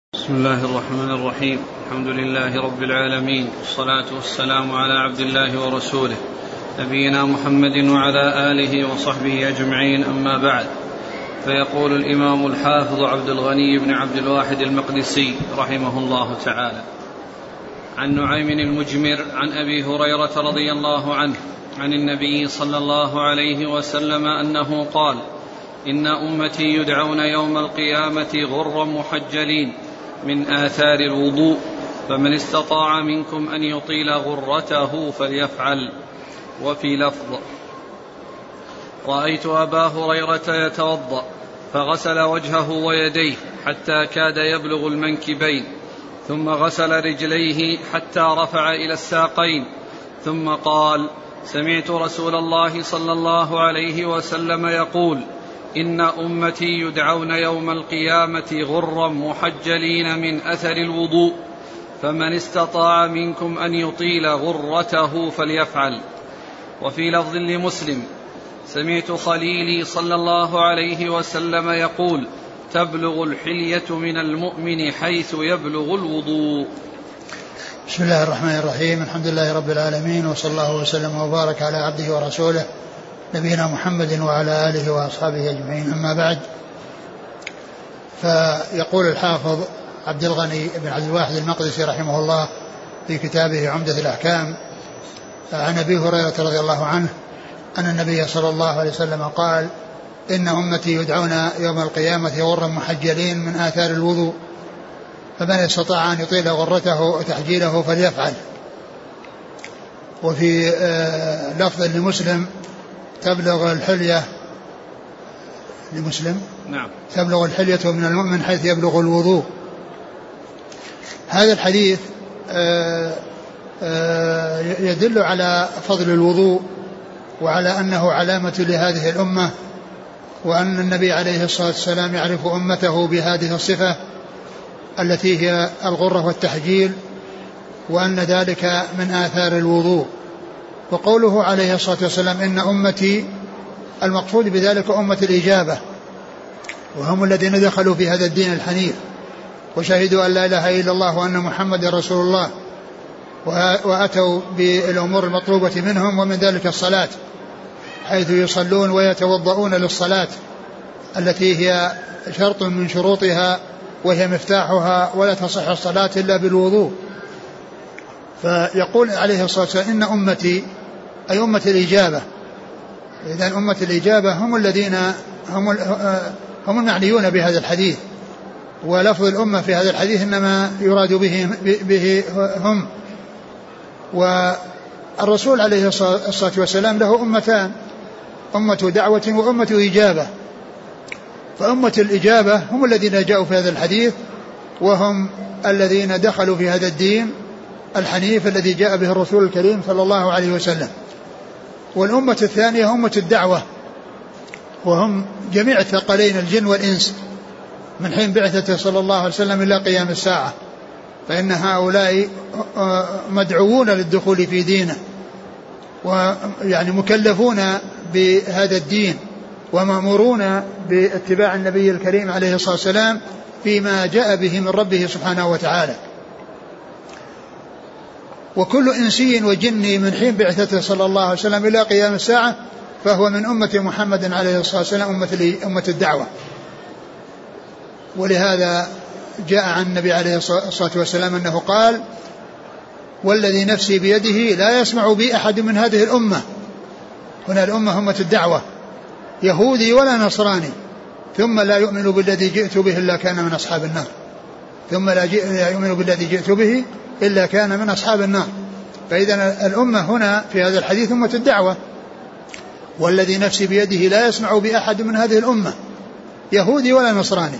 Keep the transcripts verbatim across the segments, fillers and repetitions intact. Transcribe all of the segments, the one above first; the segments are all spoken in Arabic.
بسم الله الرحمن الرحيم. الحمد لله رب العالمين، والصلاة والسلام على عبد الله ورسوله نبينا محمد وعلى آله وصحبه أجمعين، أما بعد. فيقول الإمام الحافظ عبد الغني بن عبد الواحد المقدسي رحمه الله تعالى: عن نعيم المجمر عن أبي هريرة رضي الله عنه عن النبي صلى الله عليه وسلم أنه قال: إن أمتي يدعون يوم القيامة غرا محجلين من آثار الوضوء، فمن استطاع منكم أن يطيل غرته فليفعل. وفي لفظ: رأيت أبا هريرة يتوضأ فغسل وجهه ويديه حتى كاد يبلغ المنكبين، ثم غسل رجليه حتى رفع إلى الساقين، ثم قال: سمعت رسول الله صلى الله عليه وسلم يقول: إن أمتي يدعون يوم القيامة غرا محجلين من أثر الوضوء، فمن استطاع منكم أن يطيل غرته فليفعل. وفي لفظ لمسلم: سمعت خليلي صلى الله عليه وسلم يقول: تبلغ الحلية من المؤمن حيث يبلغ الوضوء. بسم الله الرحمن الرحيم. الحمد لله رب العالمين، وصلى الله وسلم وبارك على عبده ورسوله نبينا محمد وعلى آله وأصحابه أجمعين، أما بعد. فيقول الحافظ عبد الغني بن عبد الواحد المقدسي رحمه الله في كتابه عمدة الأحكام عن أبي هريرة رضي الله عنه أن النبي صلى الله عليه وسلم قال: إن أمتي يدعون يوم القيامة غرا محجلين من آثار الوضوء، فمن استطاع أن يطيل غرته وتحجيله فليفعل. وفي لفظ لمسلم: تبلغ الحلية لمسلم نعم. تبلغ الحلية من المؤمن حيث يبلغ الوضوء. هذا الحديث يدل على فضل الوضوء، وعلى أنه علامة لهذه الأمة، وأن النبي عليه الصلاة والسلام يعرف أمته بهذه الصفة التي هي الغرة والتحجيل، وأن ذلك من آثار الوضوء. وقوله عليه الصلاة والسلام إن أمتي، المقصود بذلك أمة الإجابة، وهم الذين دخلوا في هذا الدين الحنيف وشهدوا أن لا إله إلا الله وأن محمد رسول الله، وأتوا بالأمور المطلوبة منهم، ومن ذلك الصلاة، حيث يصلون ويتوضؤون للصلاة التي هي شرط من شروطها وهي مفتاحها، ولا تصح الصلاة إلا بالوضوء. فيقول عليه الصلاة والسلام إن أمتي، أي أمة الإجابة. إذن أمة الإجابة هم الذين هم هم المعنيون بهذا الحديث، ولفظ الأمة في هذا الحديث إنما يراد به, به هم. والرسول عليه الصلاة والسلام له أمتان: أمة دعوة وأمة إجابة. فأمة الإجابة هم الذين جاءوا في هذا الحديث، وهم الذين دخلوا في هذا الدين الحنيف الذي جاء به الرسول الكريم صلى الله عليه وسلم. والأمة الثانية أمة الدعوة، وهم جميع الثقلين الجن والإنس من حين بعثته صلى الله عليه وسلم إلى قيام الساعة، فإن هؤلاء مدعوون للدخول في دينه، ويعني مكلفون بهذا الدين، ومأمورون باتباع النبي الكريم عليه الصلاة والسلام فيما جاء به من ربه سبحانه وتعالى. وكل إنسي وجني من حين بعثته صلى الله عليه وسلم إلى قيام الساعة فهو من أمة محمد عليه الصلاة والسلام، أمة الدعوة. ولهذا جاء عن النبي عليه الصلاة والسلام أنه قال: والذي نفسي بيده لا يسمع بي أحد من هذه الأمة. هنا الأمة أمة الدعوة، يهودي ولا نصراني، ثم لا يؤمن بالذي جئت به إلا كان من أصحاب النار. ثم لا يؤمن بالذي جئت به إلا كان من أصحاب النار. فإذا الأمة هنا في هذا الحديث أمة الدعوة. والذي نفسي بيده لا يسمع بأحد من هذه الأمة، يهودي ولا نصراني،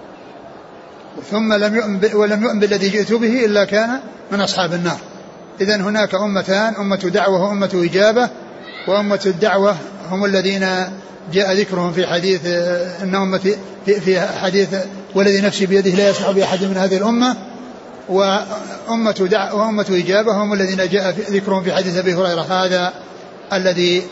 ثم لم يؤمن ولم يؤمن بالذي جئت به إلا كان من أصحاب النار. إذن هناك أمتان: أمة دعوة وأمة إجابة. وأمة الدعوة هم الذين جاء ذكرهم في حديث إن أمتي في حديث والذي نفسي بيده لا يسمع بأحد من هذه الأمة. وأمة دعوة وأمة إجابة هم الذين جاء ذكرهم في حديث أبي هريرة هذا الذي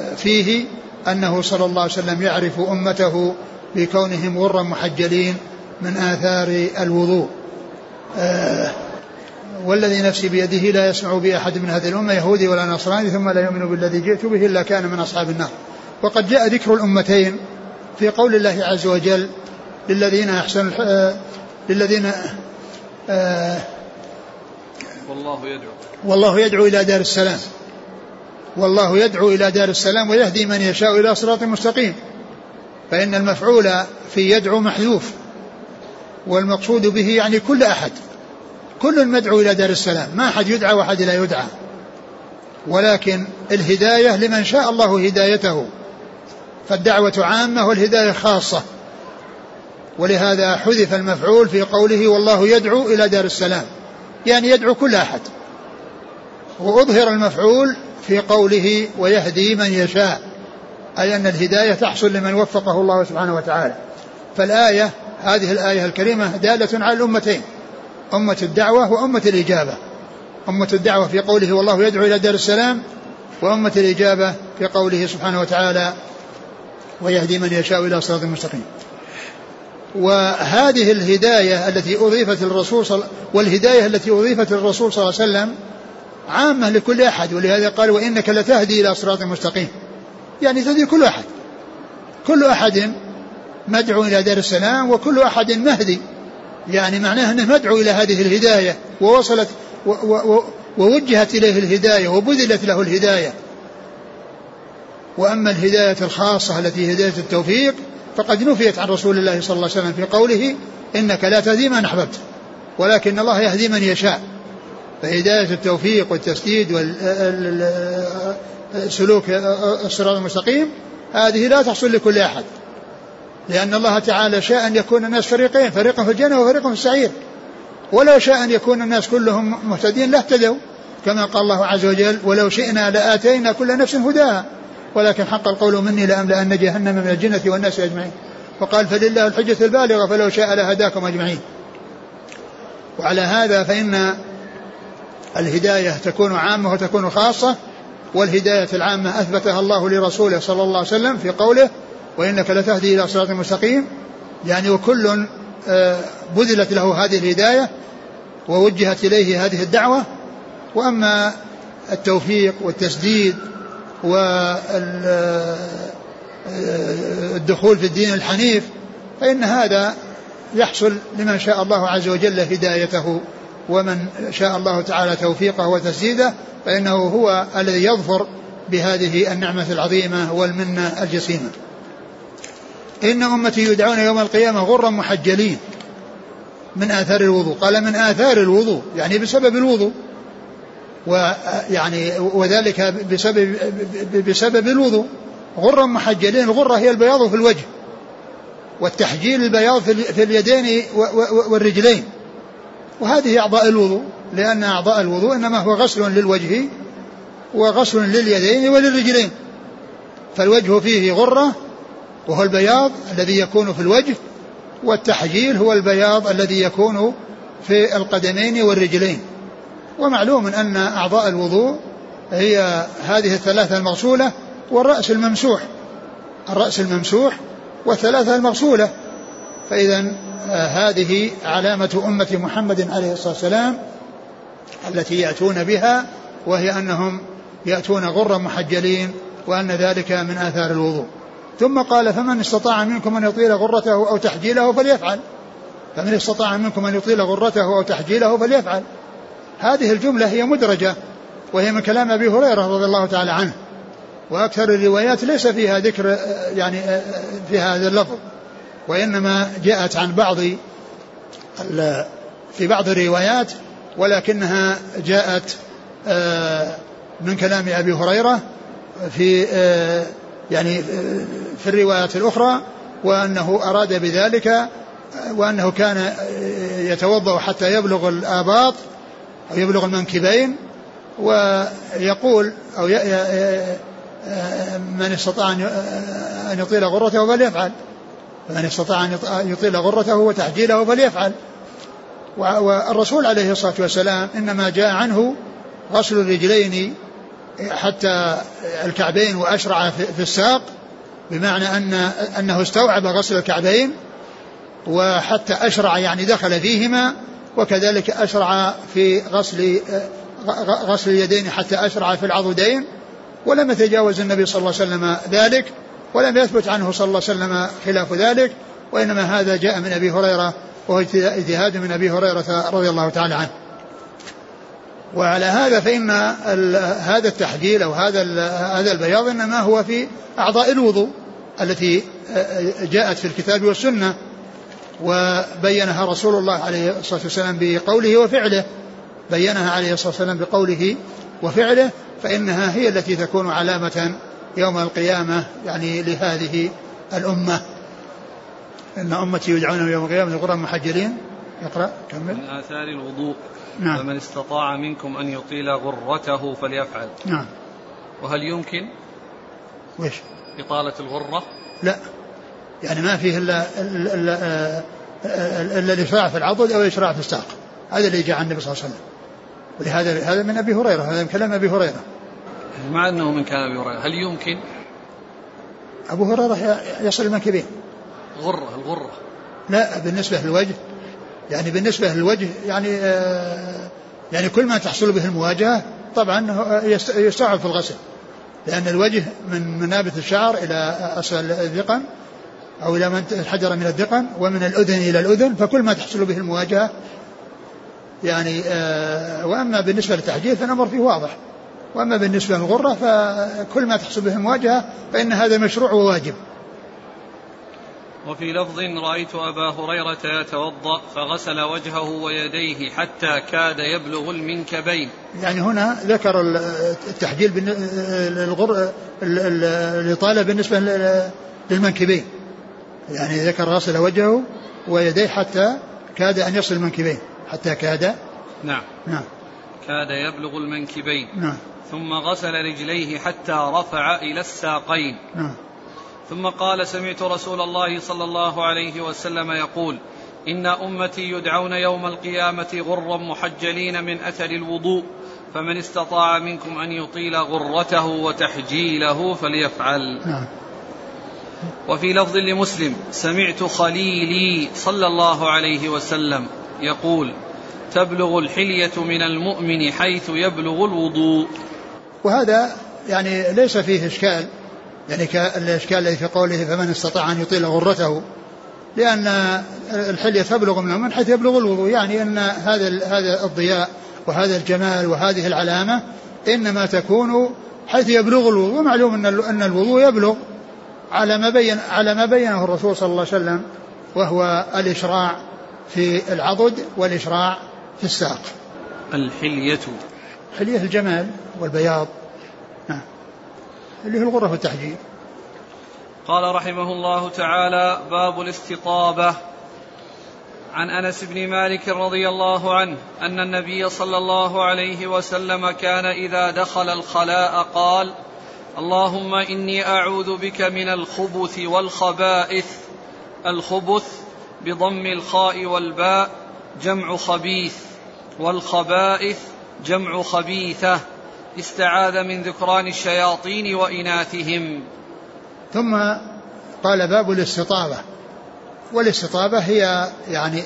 فيه أنه صلى الله عليه وسلم يعرف أمته بكونهم غرا محجلين من آثار الوضوء. آه والذي نفسي بيده لا يسمع بأحد من هذه الأمة يهودي ولا نصراني ثم لا يؤمن بالذي جئت به إلا كان من أصحاب النار. وقد جاء ذكر الأمتين في قول الله عز وجل للذين أحسنوا آه للذين آه والله يدعو والله يدعو إلى دار السلام والله يدعو إلى دار السلام ويهدي من يشاء إلى صراط مستقيم. فإن المفعول في يدعو محذوف والمقصود به يعني كل أحد كل مدعو إلى دار السلام ما أحد يدعى وأحد لا يدعى ولكن الهداية لمن شاء الله هدايته فالدعوة عامة والهداية خاصة ولهذا حذف المفعول في قوله والله يدعو إلى دار السلام يعني يدعو كل أحد وأظهر المفعول في قوله ويهدي من يشاء أي أن الهداية تحصل لمن وفقه الله سبحانه وتعالى. فالآية هذه الآية الكريمة دالة على الأمتين أمة الدعوة وأمة الإجابة. أمة الدعوة في قوله والله يدعو إلى دار السلام وأمة الإجابة في قوله سبحانه وتعالى ويهدي من يشاء إلى صراط مستقيم. وهذه الهداية التي أضيفت للرسول صل... والهداية التي أضيفت للرسول صلى الله عليه وسلم عامة لكل أحد ولهذا قال وإنك لتهدي إلى صراط مستقيم يعني تهدي كل أحد كل أحد مدعو إلى دار السلام وكل أحد مهدي يعني معناه أنه مدعو إلى هذه الهداية ووصلت و... و... ووجهت إليه الهداية وبذلت له الهداية. وأما الهداية الخاصة التي هداية التوفيق فقد نفيت عن رسول الله صلى الله عليه وسلم في قوله إنك لا تهدي من أحببت ولكن الله يهدي من يشاء. فهداية التوفيق والتسديد والسلوك الصراط المستقيم هذه لا تحصل لكل أحد لأن الله تعالى شاء أن يكون الناس فريقين فريق في الجنة وفريق في السعير ولو شاء أن يكون الناس كلهم مهتدين لاهتدوا كما قال الله عز وجل ولو شئنا لآتينا كل نفس هداها ولكن حق القول مني لأملأن جهنم من الجنة والناس أجمعين. وقال فلله الحجة البالغة فلو شاء لهداكم أجمعين. وعلى هذا فإن الهداية تكون عامة وتكون خاصة والهداية العامة أثبتها الله لرسوله صلى الله عليه وسلم في قوله وإنك لتهدي إلى صراط مستقيم يعني وكل بذلت له هذه الهداية ووجهت إليه هذه الدعوة. وأما التوفيق والتسديد والدخول في الدين الحنيف فإن هذا يحصل لمن شاء الله عز وجل هدايته ومن شاء الله تعالى توفيقه وتسديده فإنه هو الذي يظفر بهذه النعمة العظيمة والمنة الجسيمة. إن أمتي يدعون يوم القيامة غرا محجلين من آثار الوضوء. قال من آثار الوضوء يعني بسبب الوضوء ويعني وذلك بسبب بسبب الوضوء غرا محجلين. الغرة هي البياض في الوجه والتحجيل البياض في اليدين والرجلين وهذه أعضاء الوضوء لأن أعضاء الوضوء إنما هو غسل للوجه وغسل لليدين وللرجلين. فالوجه فيه غرة وهو البياض الذي يكون في الوجه والتحجيل هو البياض الذي يكون في القدمين والرجلين. ومعلوم أن أعضاء الوضوء هي هذه الثلاثة المغسولة والرأس الممسوح الرأس الممسوح والثلاثة المغسولة. فإذا هذه علامة أمة محمد عليه الصلاة والسلام التي يأتون بها وهي أنهم يأتون غرا محجلين وأن ذلك من آثار الوضوء. ثم قال فمن استطاع منكم أن يطيل غرته أو تحجيله فليفعل فمن استطاع منكم أن يطيل غرته أو تحجيله فليفعل. هذه الجملة هي مدرجة وهي من كلام أبي هريرة رضي الله تعالى عنه وأكثر الروايات ليس فيها ذكر يعني في هذا اللفظ وإنما جاءت عن بعض في بعض الروايات ولكنها جاءت من كلام أبي هريرة في يعني في الروايات الأخرى وأنه أراد بذلك وأنه كان يتوضأ حتى يبلغ الآباط أو يبلغ المنكبين ويقول أو من استطاع أن يطيل غرته فليفعل فمن استطاع أن يطيل غرته وتحجيله فليفعل. والرسول عليه الصلاة والسلام إنما جاء عنه غسل الرجلين حتى الكعبين وأشرع في الساق بمعنى أن أنه استوعب غسل الكعبين وحتى أشرع يعني دخل فيهما، وكذلك أشرع في غسل غسل اليدين حتى أشرع في العضدين، ولم يتجاوز النبي صلى الله عليه وسلم ذلك، ولم يثبت عنه صلى الله عليه وسلم خلاف ذلك، وإنما هذا جاء من أبي هريرة، وهو اجتهاد من أبي هريرة رضي الله تعالى عنه. وعلى هذا فإن هذا التحجيل أو هذا هذا البياض إنما هو في أعضاء الوضوء التي جاءت في الكتاب والسنة، وبينها رسول الله عليه الصلاة والسلام بقوله وفعله، بينها عليه الصلاة والسلام بقوله وفعله، فإنها هي التي تكون علامة يوم القيامة يعني لهذه الأمة. إن أمتي يدعون يوم القيامة غرا محجلين. يقرأ كمل. من آثار الوضوء. نعم. فمن استطاع منكم أن يطيل غرته فليفعل. نعم. وهل يمكن وش إطالة الغرة؟ لا، يعني ما فيه إلا إلا الإشراع في العضد أو الإشراع في الساق، هذا اللي جاء عن النبي صلى الله عليه وسلم. ولهذا هذا من أبي هريرة، هذا من كلام أبي هريرة. مع أنه من كلام أبي هريرة، هل يمكن أبو هريرة يصل المنكبين؟ غرة الغرة لا، بالنسبة للوجه يعني بالنسبة للوجه يعني آه يعني كل ما تحصل به المواجهة طبعا يستعب في الغسل، لأن الوجه من منابت الشعر إلى أسفل الذقن أو إلى من الحجر من الذقن ومن الأذن إلى الأذن، فكل ما تحصل به المواجهة يعني آه وأما بالنسبة للتحجيل فالأمر فيه واضح، وأما بالنسبة للغرة فكل ما تحصل به المواجهة فإن هذا مشروع وواجب. وفي لفظ رأيت أبا هريرة يتوضأ فغسل وجهه ويديه حتى كاد يبلغ المنكبين. يعني هنا ذكر التحجيل بالغر الإطالة بالنسبة للمنكبين، يعني ذكر غسل وجهه ويديه حتى كاد أن يصل المنكبين، حتى كاد نعم نعم كاد يبلغ المنكبين. نعم. ثم غسل رجليه حتى رفع إلى الساقين. نعم. ثم قال سمعت رسول الله صلى الله عليه وسلم يقول إن أمتي يدعون يوم القيامة غرا محجلين من أثر الوضوء، فمن استطاع منكم أن يطيل غرته وتحجيله فليفعل. نعم. وفي لفظ لمسلم سمعت خليلي صلى الله عليه وسلم يقول تبلغ الحلية من المؤمن حيث يبلغ الوضوء. وهذا يعني ليس فيه إشكال، يعني كالإشكال الذي في قوله فمن استطاع أن يطيل غرته، لأن الحلية تبلغ من المؤمن حيث يبلغ الوضوء، يعني أن هذا هذا الضياء وهذا الجمال وهذه العلامة إنما تكون حيث يبلغ الوضوء. معلوم أن الوضوء يبلغ على ما بين على ما بينه الرسول صلى الله عليه وسلم، وهو الإشراع في العضد والإشراع في الساق. الحلية حلية الجمال والبياض، نعم، اللي هي الغرة والتحجيل. قال رحمه الله تعالى باب الاستطابة. عن أنس بن مالك رضي الله عنه أن النبي صلى الله عليه وسلم كان إذا دخل الخلاء قال اللهم إني أعوذ بك من الخبث والخبائث. الخبث بضم الخاء والباء جمع خبيث، والخبائث جمع خبيثة، استعاذ من ذكران الشياطين وإناثهم. ثم قال باب الاستطابة. والاستطابة هي يعني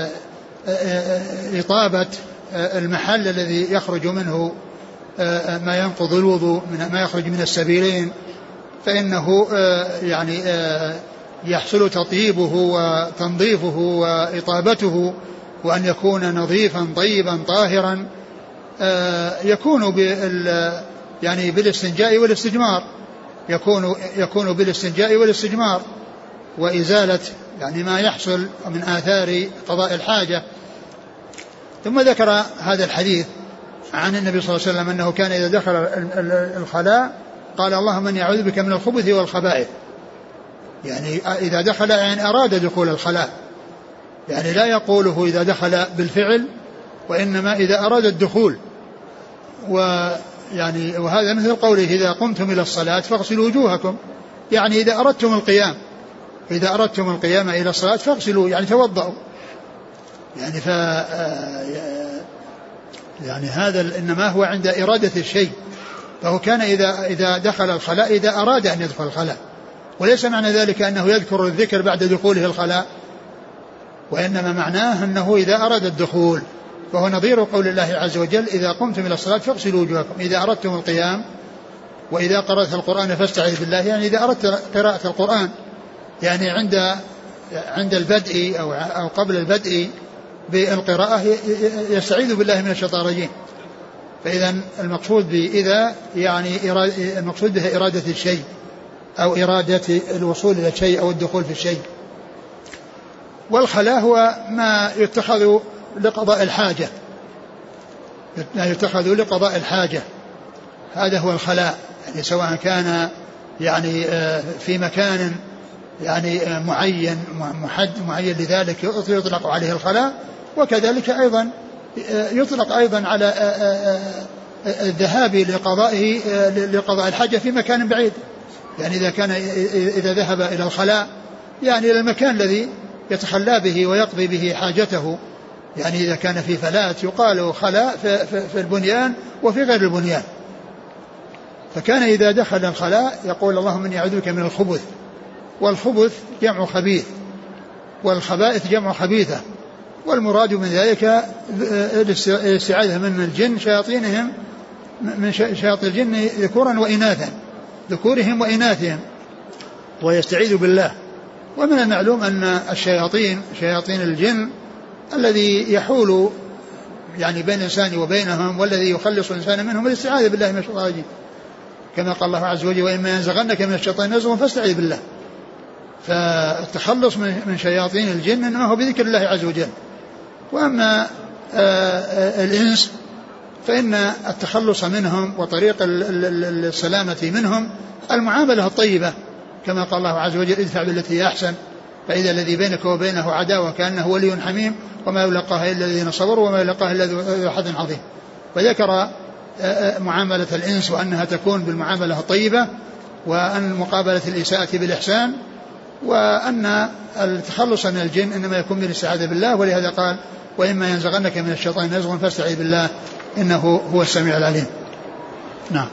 إطابة المحل الذي يخرج منه ما ينقض الوضوء، ما يخرج من السبيلين، فإنه يعني يحصل تطيبه وتنظيفه وإطابته، وأن يكون نظيفا طيبا طاهرا، يكون بال يعني بالاستنجاء والاستجمار، يكون يكون بالاستنجاء والاستجمار وإزالة يعني ما يحصل من آثار قضاء الحاجة. ثم ذكر هذا الحديث عن النبي صلى الله عليه وسلم أنه كان إذا دخل الخلاء قال اللهم إني أعوذ بك من الخبث والخبائث، يعني إذا دخل يعني أراد دخول الخلاء، يعني لا يقوله إذا دخل بالفعل، وإنما إذا أراد الدخول. ويعني وهذا مثل قوله إذا قمتم إلى الصلاة فاغسلوا وجوهكم، يعني إذا أردتم القيام إذا أردتم القيام إلى الصلاة فاغسلوا يعني توضأوا، يعني ف يعني هذا إنما هو عند إرادة الشيء، فهو كان إذا إذا دخل الخلاء إذا أراد أن يدخل الخلاء، وليس معنى ذلك أنه يذكر الذكر بعد دخوله الخلاء، وإنما معناه أنه إذا أراد الدخول، وهو نظير قول الله عز وجل إذا قمتم إلى الصلاة فاغسلوا وجوهكم، إذا أردتم القيام وإذا قرأت القرآن فاستعذ بالله، يعني إذا أردت قراءة القرآن يعني عند عند البدء أو أو قبل البدء بالقراءة يستعيذ بالله من الشيطان الرجيم. فإذا المقصود بإذا يعني المقصود بها إرادة الشيء أو إرادة الوصول إلى الشيء أو الدخول في الشيء. والخلاء هو ما يتخذ لقضاء الحاجة، ما يتخذ لقضاء الحاجة، هذا هو الخلاء، يعني سواء كان يعني في مكان يعني معين محد معين لذلك يطلق عليه الخلاء، وكذلك أيضا يطلق أيضا على الذهاب لقضائه لقضاء الحاجة في مكان بعيد، يعني إذا كان إذا ذهب إلى الخلاء يعني إلى المكان الذي يتخلى به ويقضي به حاجته، يعني إذا كان في فلاة يقال خلاء في البنيان وفي غير البنيان. فكان إذا دخل الخلاء يقول اللهم إني أعوذ بك من الخبث، والخبث جمع خبيث، والخبائث جمع خبيثة، والمراد من ذلك الاستعاذة من الجن شياطينهم من شياطين الجن ذكورا وإناثا، ذكورهم وإناثهم، ويستعيذ بالله. ومن المعلوم أن الشياطين شياطين الجن الذي يحول يعني بين الإنسان وبينهم والذي يخلص الإنسان منهم الاستعاذة بالله من الشيطان الرجيم، كما قال الله عز وجل وإما ينزغنك من الشيطان نزغ فاستعذ بالله. فالتخلص من شياطين الجن إنما هو بذكر الله عز وجل. وأما الإنس فإن التخلص منهم وطريق السلامة منهم المعاملة الطيبة، كما قال الله عز وجل ادفع بالتي هي أحسن فإذا الذي بينك وبينه عداوة كأنه ولي حميم وما يلقاها إلا الذين صبروا وما يلقاها إلا ذو حظ عظيم. وذكر معاملة الإنس وأنها تكون بالمعاملة الطيبة، وأن مقابلة الإساءة بالإحسان، وأن التخلص من الجن إنما يكون بالاستعاذة بالله. ولهذا قال وإما ينزغنك من الشيطان نزغ فاستعذ بالله إنه هو السميع العليم. نعم.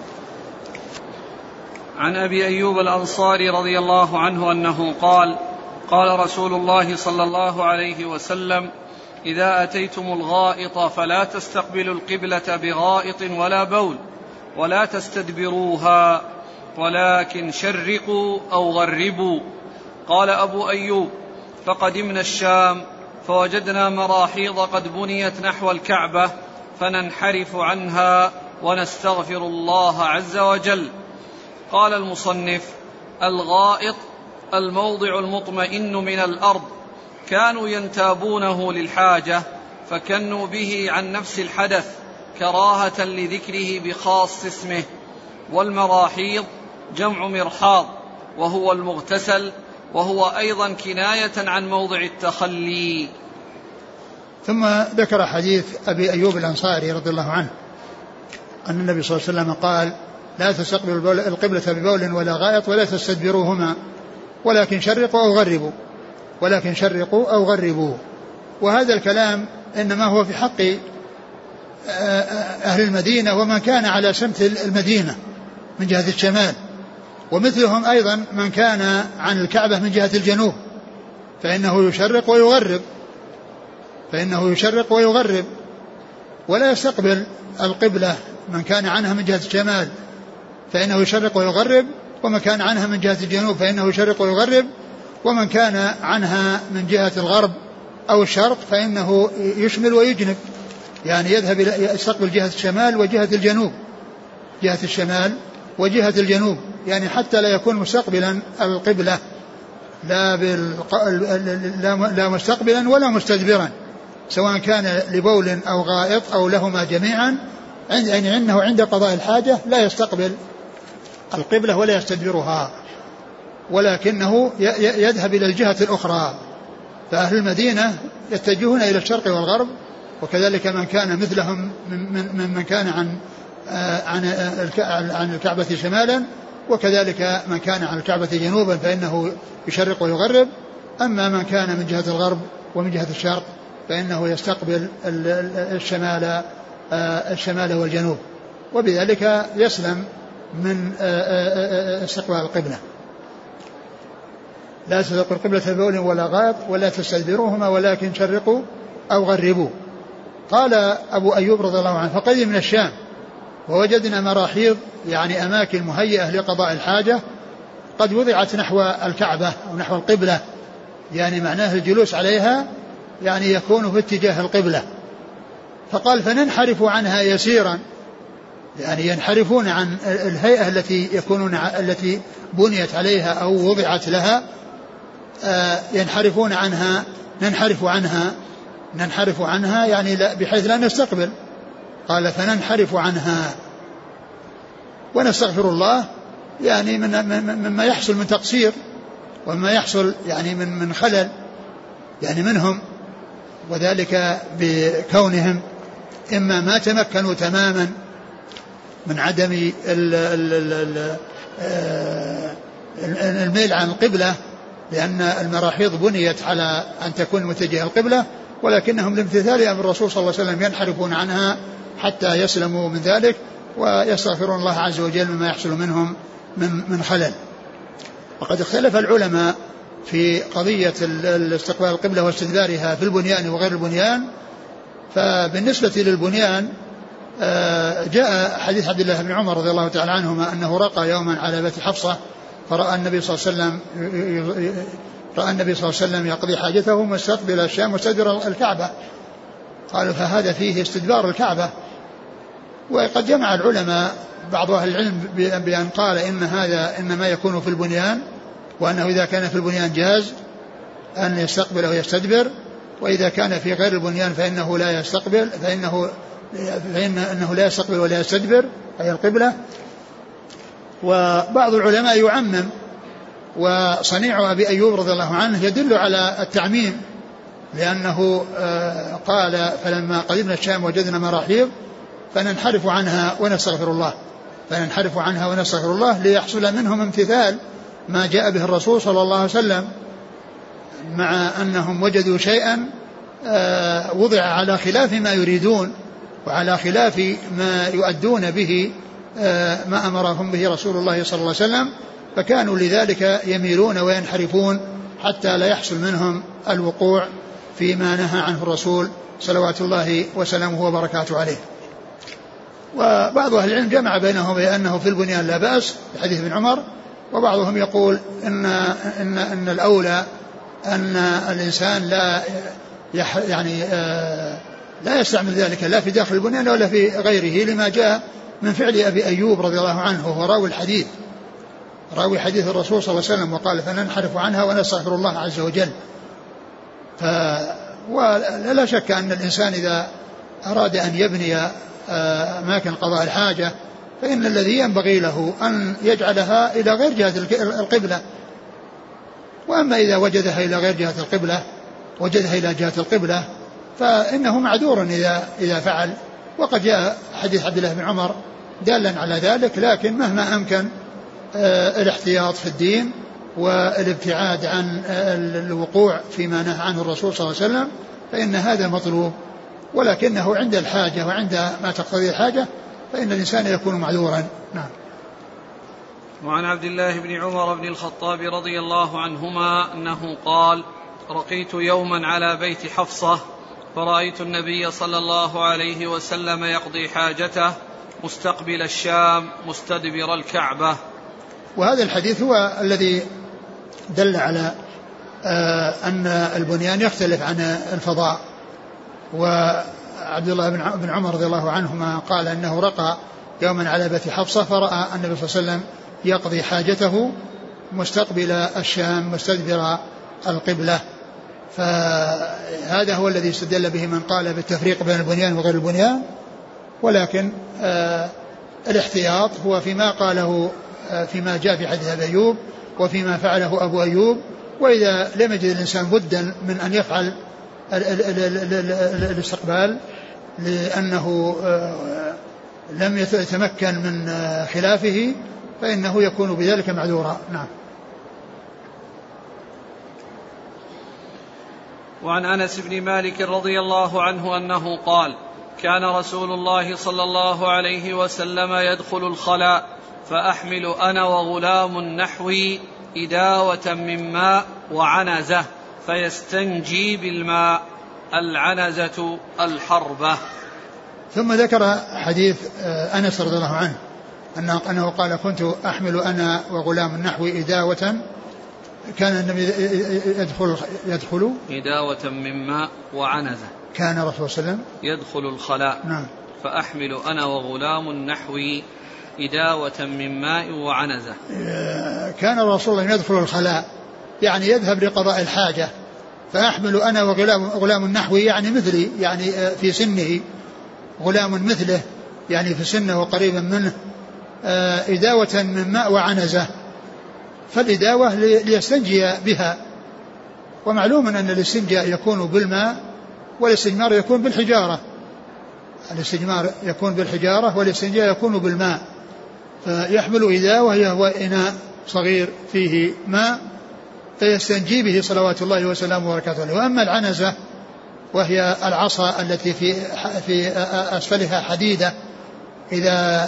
عن أبي أيوب الأنصاري رضي الله عنه أنه قال قال رسول الله صلى الله عليه وسلم إذا أتيتم الغائط فلا تستقبلوا القبلة بغائط ولا بول ولا تستدبروها ولكن شرقوا أو غربوا. قال أبو أيوب فقدمنا الشام فوجدنا مراحيض قد بنيت نحو الكعبة فننحرف عنها ونستغفر الله عز وجل. قال المصنف الغائط الموضع المطمئن من الأرض، كانوا ينتابونه للحاجة فكنوا به عن نفس الحدث كراهة لذكره بخاص اسمه. والمراحيض جمع مرحاض وهو المغتسل، وهو أيضا كناية عن موضع التخلي. ثم ذكر حديث أبي أيوب الأنصاري رضي الله عنه أن النبي صلى الله عليه وسلم قال لا تستقبلوا القبلة ببول ولا غائط ولا تستدبروهما ولكن شرقوا أو غربوا ولكن شرقوا أو غربوا. وهذا الكلام إنما هو في حق أهل المدينة ومن كان على سمت المدينة من جهة الشمال، ومثلهم أيضا من كان عن الكعبة من جهة الجنوب فإنه يشرق ويغرب فإنه يشرق ويغرب ولا يستقبل القبلة من كان عنها من جهة الشمال فإنه يشرق ويغرب، ومن كان عنها من جهة الجنوب فإنه يشرق ويغرب، ومن كان عنها من جهة الغرب أو الشرق فإنه يشمل ويجنب، يعني يذهب يستقبل جهة الشمال وجهة الجنوب جهة الشمال وجهة الجنوب، يعني حتى لا يكون مستقبلا القبلة لا, بالق... لا مستقبلا ولا مستدبرا، سواء كان لبول أو غائط أو لهما جميعا، يعني أنه عند قضاء الحاجة لا يستقبل القبلة ولا يستدبرها، ولكنه يذهب إلى الجهة الأخرى. فأهل المدينة يتجهون إلى الشرق والغرب، وكذلك من كان مثلهم من من كان عن عن عن الكعبة شمالا، وكذلك من كان عن الكعبة جنوبا فإنه يشرق ويغرب. أما من كان من جهة الغرب ومن جهة الشرق فإنه يستقبل الشمال الشمال والجنوب، وبذلك يسلم من استقبال القبلة. لا تستقبلوا قبلة بول ولا غائط ولا تستدبروهما ولكن شرقوا أو غربوا. قال أبو أيوب رضي الله عنه فقدم من الشام ووجدنا مراحيض يعني أماكن مهيئة لقضاء الحاجة قد وضعت نحو الكعبة أو نحو القبلة، يعني معناه الجلوس عليها يعني يكون في اتجاه القبلة. فقال فننحرف عنها يسيرا، يعني ينحرفون عن الهيئة التي يكونون التي بنيت عليها أو وضعت لها، ينحرفون عنها ننحرف عنها ننحرف عنها يعني لا بحيث لا نستقبل. قال فننحرف عنها ونستغفر الله، يعني مما يحصل من تقصير وما يحصل يعني من من خلل يعني منهم، وذلك بكونهم إما ما تمكنوا تماما من عدم الميل عن القبلة، لأن المراحيض بنيت على أن تكون متجهة القبلة، ولكنهم لامتثال أمر الرسول صلى الله عليه وسلم ينحرفون عنها حتى يسلموا من ذلك ويستغفرون الله عز وجل مما يحصل منهم من من خلل. وقد اختلف العلماء في قضية الاستقبال القبلة واستدبارها في البنيان وغير البنيان. فبالنسبة للبنيان جاء حديث عبد الله بن عمر رضي الله تعالى عنهما أنه رقى يوما على بيت حفصة فرأى النبي صلى الله عليه وسلم رأى النبي صلى الله عليه وسلم يقضي حاجته مستقبل الشام مستدبر الكعبة. قالوا فهذا فيه استدبار الكعبة. وقد جمع العلماء بعض أهل العلم بأن قال إن هذا إنما يكون في البنيان، وأنه إذا كان في البنيان جاز أن يستقبل أو يستدبر، وإذا كان في غير البنيان فإنه لا يستقبل فإنه فإنه لا يستقبل ولا يستدبر أي القبلة. وبعض العلماء يعمم، وصنيع أبي أيوب رضي الله عنه يدل على التعميم، لأنه قال فلما قدمنا الشام وجدنا مراحيض فننحرف عنها ونستغفر الله فننحرف عنها ونستغفر الله ليحصل منهم امتثال ما جاء به الرسول صلى الله عليه وسلم، مع أنهم وجدوا شيئا وضع على خلاف ما يريدون وعلى خلاف ما يؤدون به ما أمرهم به رسول الله صلى الله عليه وسلم، فكانوا لذلك يميلون وينحرفون حتى لا يحصل منهم الوقوع فيما نهى عنه الرسول صلوات الله وسلامه وبركاته عليه. وبعض أهل العلم جمع بينهم بأنه في البنيان لا بأس بحديث ابن عمر، وبعضهم يقول إن, إن, إن الأولى أن الإنسان لا يح يعني آه لا يستعمل ذلك لا في داخل البنيان ولا في غيره، لما جاء من فعل أبي أيوب رضي الله عنه وهو راوي الحديث راوي حديث الرسول صلى الله عليه وسلم، وقال فننحرف عنها ونستغفر الله عز وجل. ولا شك أن الإنسان إذا أراد أن يبني أماكن قضاء الحاجة فإن الذي ينبغي له أن يجعلها إلى غير جهة القبلة، وأما إذا وجدها إلى غير جهة القبلة وجدها إلى جهة القبلة فإنه معذور إذا إذا فعل. وقد جاء حديث عبد الله بن عمر دالا على ذلك، لكن مهما أمكن الاحتياط في الدين والابتعاد عن الوقوع فيما نهى عنه الرسول صلى الله عليه وسلم فإن هذا مطلوب، ولكنه عند الحاجة وعند ما تقتضي الحاجة فإن الإنسان يكون معذورا. نعم. وعن عبد الله بن عمر بن الخطاب رضي الله عنهما أنه قال رقيت يوما على بيت حفصة فرأيت النبي صلى الله عليه وسلم يقضي حاجته مستقبل الشام مستدبر الكعبة. وهذا الحديث هو الذي دل على أن البنيان يختلف عن الفضاء. وعبد الله بن عمر رضي الله عنهما قال أنه رقى يوما على بيت حفصة فرأى النبي صلى الله عليه وسلم يقضي حاجته مستقبل الشام مستدبر القبلة. فهذا هو الذي استدل به من قال بالتفريق بين البنيان وغير البنيان، ولكن آه الاحتياط هو فيما قاله آه فيما جاء في حديث أبي أيوب وفيما فعله أبو أيوب. وإذا لم يجد الإنسان بدا من أن يفعل ال ال ال ال ال ال الاستقبال لأنه آه لم يتمكن من آه خلافه فإنه يكون بذلك معذورا. نعم. وعن أنس بن مالك رضي الله عنه أنه قال كان رسول الله صلى الله عليه وسلم يدخل الخلاء فأحمل أنا وغلام نحوي إداوة من ماء وعنزة فيستنجي بالماء. العنزة الحربة. ثم ذكر حديث أنس رضي الله عنه أنه قال كنت أحمل أنا وغلام نحوي إداوة كان النبي يدخل, يدخل إداوة من ماء وعنزة. كان الرسول صلى الله عليه وسلم يدخل الخلاء. نعم. فأحمل أنا وغلام نحوي إداوة من ماء وعنزة. كان الرسول يدخل الخلاء يعني يذهب لقضاء الحاجة، فأحمل أنا وغلام غلام نحوي يعني مثلي، يعني في سنه غلام مثله يعني في سنه وقريبا منه، إداوة من ماء وعنزة. فالإداوة ليستنجي بها، ومعلوم أن الاستنجاء يكون بالماء والاستجمار يكون بالحجارة. الاستجمار يكون بالحجارة والاستنجاء يكون بالماء. فيحمل إداوة وهو إناء صغير فيه ماء فيستنجي به صلوات الله وسلامه وبركاته عليه. وأما العنزة وهي العصا التي في في أسفلها حديدة إذا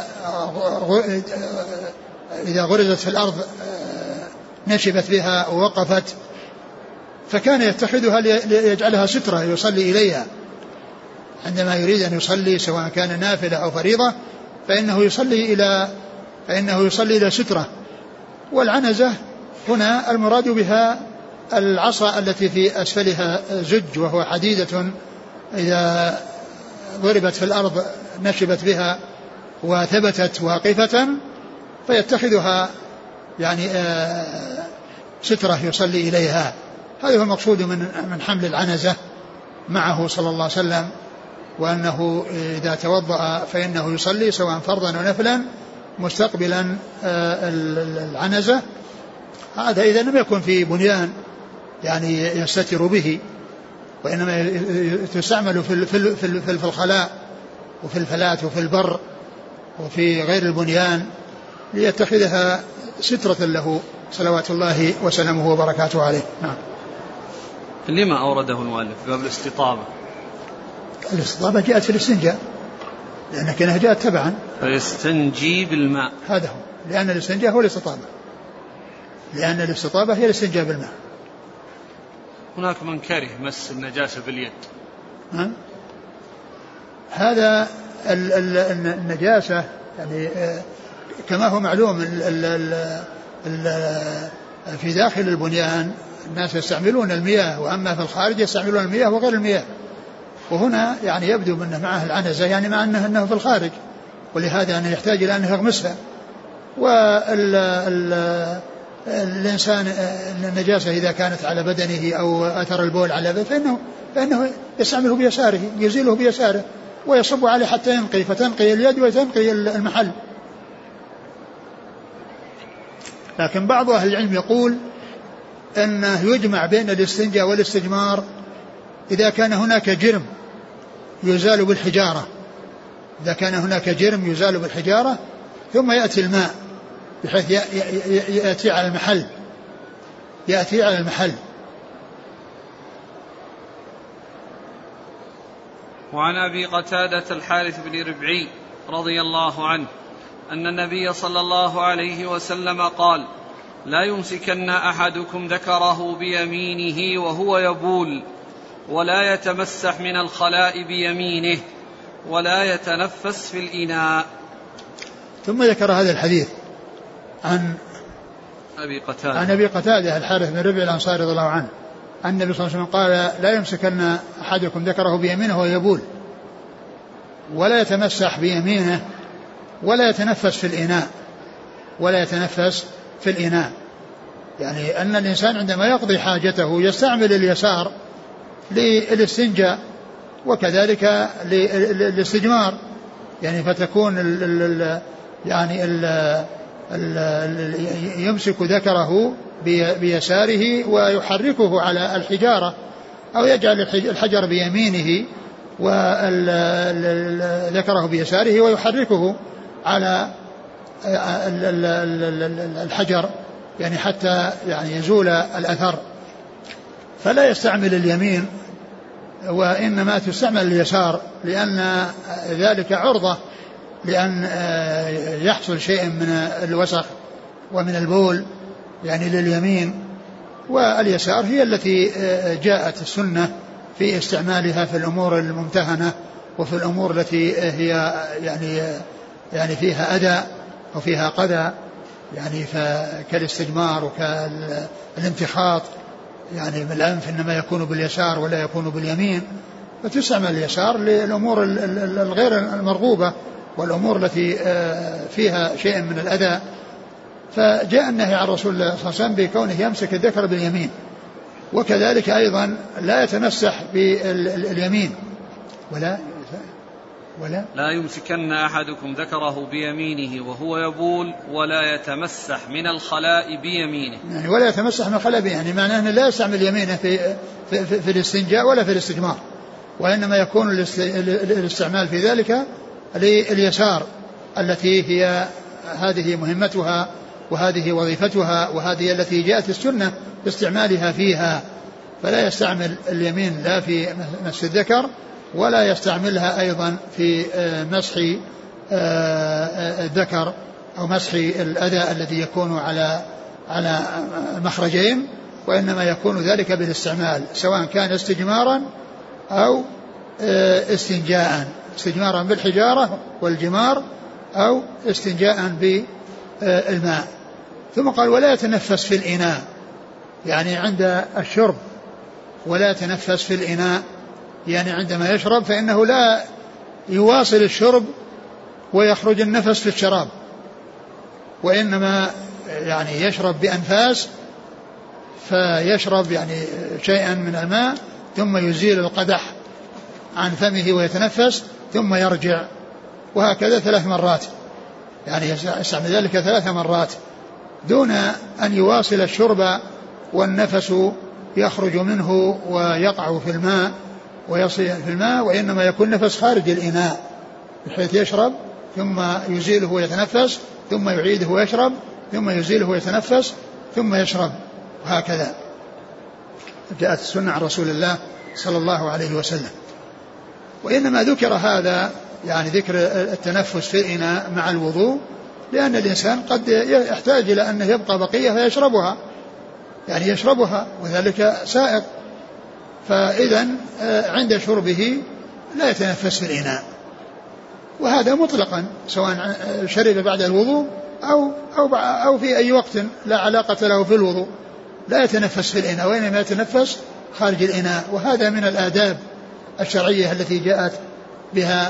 إذا غرزت في الأرض نشبت بها ووقفت، فكان يتخذها ليجعلها سترة يصلي إليها عندما يريد أن يصلي سواء كان نافلة أو فريضة، فإنه يصلي إلى فإنه يصلي إلى سترة. والعنزة هنا المراد بها العصا التي في أسفلها زج وهو حديدة إذا ضربت في الأرض نشبت بها وثبتت واقفة، فيتخذها يعني سترة يصلي إليها. هذا هو المقصود من من حمل العنزة معه صلى الله عليه وسلم، وأنه إذا توضأ فإنه يصلي سواء فرضا ونفلا مستقبلا العنزة. هذا إذا لم يكن في بنيان يعني يستتر به، وإنما تستعمل في في في الخلاء وفي الفلات وفي البر وفي غير البنيان ليتخذها سترة له صلوات الله وسلامه وبركاته عليه. نعم. لما أورده المؤلف باب الاستطابة؟ الاستطابة جاءت في الاستنجاء لأن كانها جاءت تبعا. فيستنجي بالماء. هذا هو، لأن الاستنجاء هو الاستطابة، لأن الاستطابة هي الاستنجاء بالماء. هناك من كره مس النجاسة باليد. ها؟ هذا ال ال النجاسة يعني كما هو معلوم ال ال ال في داخل البنيان الناس يستعملون المياه، وأما في الخارج يستعملون المياه وغير المياه. وهنا يعني يبدو منه معه العنزة يعني مع أنه, أنه في الخارج، ولهذا أنه يحتاج إلى أنه يغمسها. والإنسان النجاسة إذا كانت على بدنه أو أثر البول على بدنه فإنه, فإنه يستعمله بيساره، يزيله بيساره ويصب عليه حتى ينقي، فتنقي اليد وتنقي المحل. لكن بعض أهل العلم يقول أنه يجمع بين الاستنجاء والاستجمار إذا كان هناك جرم يزال بالحجارة، إذا كان هناك جرم يزال بالحجارة ثم يأتي الماء بحيث يأتي على المحل يأتي على المحل. وعن أبي قتادة الحارث بن ربعي رضي الله عنه أن النبي صلى الله عليه وسلم قال: لا يمسكن أحدكم ذكره بيمينه وهو يبول، ولا يتمسح من الخلاء بيمينه، ولا يتنفس في الإناء. ثم ذكر هذا الحديث عن أبي قتادة عن أبي قتادة الحارث بن ربعي الأنصاري رضي الله عنه أن النبي صلى الله عليه وسلم قال: لا يمسكن أحدكم ذكره بيمينه وهو يبول، ولا يتمسح بيمينه، ولا يتنفس في الإناء ولا يتنفس في الإناء يعني أن الإنسان عندما يقضي حاجته يستعمل اليسار للاستنجاء وكذلك للاستجمار، يعني فتكون ال ال يعني ال ال يمسك ذكره بيساره ويحركه على الحجارة، أو يجعل الحجر بيمينه وذكره بيساره ويحركه على الحجر يعني حتى يعني يزول الأثر. فلا يستعمل اليمين وإنما تستعمل اليسار، لأن ذلك عرضة لأن يحصل شيء من الوسخ ومن البول يعني لليمين، واليسار هي التي جاءت السنة في استعمالها في الأمور الممتهنة وفي الأمور التي هي يعني يعني فيها أذى وفيها قذى، يعني كالاستجمار وكالانتخاط، يعني من الأنف إنما يكون باليسار ولا يكون باليمين، فتستعمل اليسار للأمور الغير المرغوبة والأمور التي فيها شيء من الأذى. فجاء النهي عن رسول الله صلى الله عليه وسلم بكونه يمسك الذكر باليمين، وكذلك أيضا لا يتمسح باليمين ولا ولا لا يمسكن أحدكم ذكره بيمينه وهو يبول ولا يتمسح من الخلاء بيمينه، يعني ولا يتمسح من الخلاء بيمينه، يعني معناه أنه لا يستعمل يمينه في, في, في, في الاستنجاء ولا في الاستجمار، وإنما يكون الاستعمال في ذلك لليسار التي هي هذه مهمتها وهذه وظيفتها وهذه التي جاءت السنة باستعمالها فيها، فلا يستعمل اليمين لا في مس الذكر ولا يستعملها أيضا في مسح الذكر أو مسح الأذى الذي يكون على على مخرجين، وإنما يكون ذلك بالاستعمال سواء كان استجمارا أو استنجاء، استجمارا بالحجارة والجمار أو استنجاء بالماء. ثم قال ولا يتنفس في الإناء، يعني عند الشرب ولا يتنفس في الإناء، يعني عندما يشرب فإنه لا يواصل الشرب ويخرج النفس في الشراب، وإنما يعني يشرب بأنفاس، فيشرب يعني شيئا من الماء ثم يزيل القدح عن فمه ويتنفس ثم يرجع، وهكذا ثلاث مرات، يعني يستعمل ذلك ثلاث مرات دون أن يواصل الشرب والنفس يخرج منه ويقع في الماء ويصل في الماء، وإنما يكون نفس خارج الإناء بحيث يشرب ثم يزيله ويتنفس ثم يعيده ويشرب ثم يزيله ويتنفس ثم يشرب، وهكذا جاءت السنة عن رسول الله صلى الله عليه وسلم. وإنما ذكر هذا يعني ذكر التنفس في الإناء مع الوضوء لأن الإنسان قد يحتاج إلى أنه يبقى بقية فيشربها، يعني يشربها وذلك سائق، فإذا عند شربه لا يتنفس في الإناء، وهذا مطلقا سواء شرب بعد الوضوء أو, أو, أو في أي وقت لا علاقة له في الوضوء لا يتنفس في الإناء وإنما يتنفس خارج الإناء. وهذا من الآداب الشرعية التي جاءت بها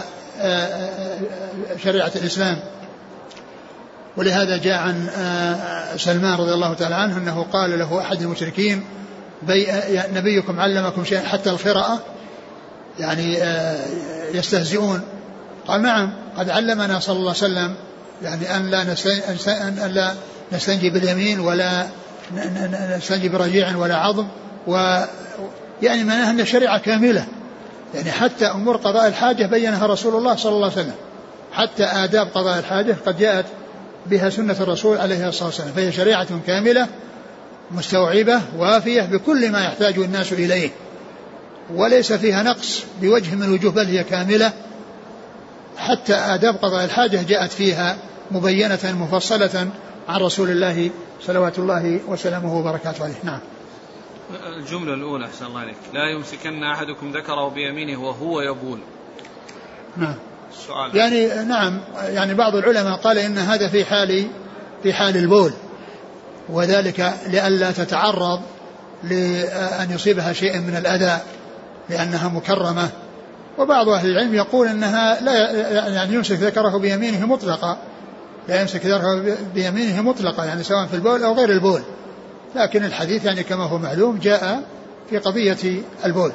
شريعة الإسلام. ولهذا جاء عن سلمان رضي الله تعالى عنه أنه قال له أحد المشركين نبيكم علمكم شيئا حتى القراءة، يعني يستهزئون، قال نعم قد علمنا صلى الله عليه وسلم يعني أن لا أن لا نستنجي باليمين ولا نستنجي برجيع ولا عظم، ويعني معناها أن الشريعة كاملة، يعني حتى أمور قضاء الحاجة بينها رسول الله صلى الله عليه وسلم، حتى آداب قضاء الحاجة قد جاءت بها سنة الرسول عليه الصلاة والسلام، فهي شريعة كاملة مستوعبة وافية بكل ما يحتاج الناس إليه، وليس فيها نقص بوجه من الوجوه، بل هي كاملة، حتى آداب قضاء الحاجة جاءت فيها مبينة مفصلة عن رسول الله صلوات الله وسلامه وبركاته عليه. نعم. الجملة الأولى أحسن الله عليك، لا يمسكن أحدكم ذكره بيمينه وهو يبول. نعم. السؤال يعني نعم، يعني بعض العلماء قال إن هذا في حال في حال البول، وذلك لئلا تتعرض لأن يصيبها شيء من الأذى لأنها مكرمة. وبعض أهل العلم يقول أنها لا يعني يمسك ذكره بيمينه مطلقا، لا يمسك ذكره بيمينه مطلقا، يعني سواء في البول أو غير البول، لكن الحديث يعني كما هو معلوم جاء في قضية البول.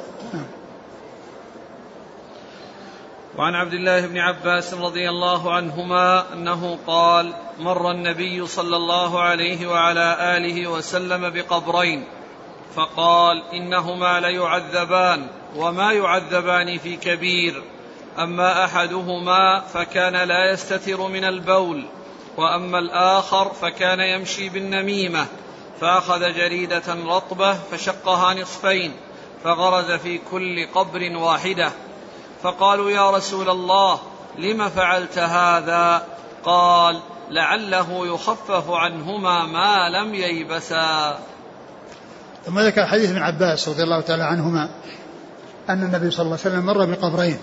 وعن عبد الله بن عباس رضي الله عنهما أنه قال مر النبي صلى الله عليه وعلى آله وسلم بقبرين فقال إنهما ليعذبان وما يعذبان في كبير، أما أحدهما فكان لا يستتر من البول، وأما الآخر فكان يمشي بالنميمة، فأخذ جريدة رطبة فشقها نصفين فغرز في كل قبر واحدة، فقالوا يا رسول الله لم فعلت هذا؟ قال لعله يخفف عنهما ما لم ييبسا. ثم ذكر حديث ابن عباس رضي الله تعالى عنهما أن النبي صلى الله عليه وسلم مر بقبرين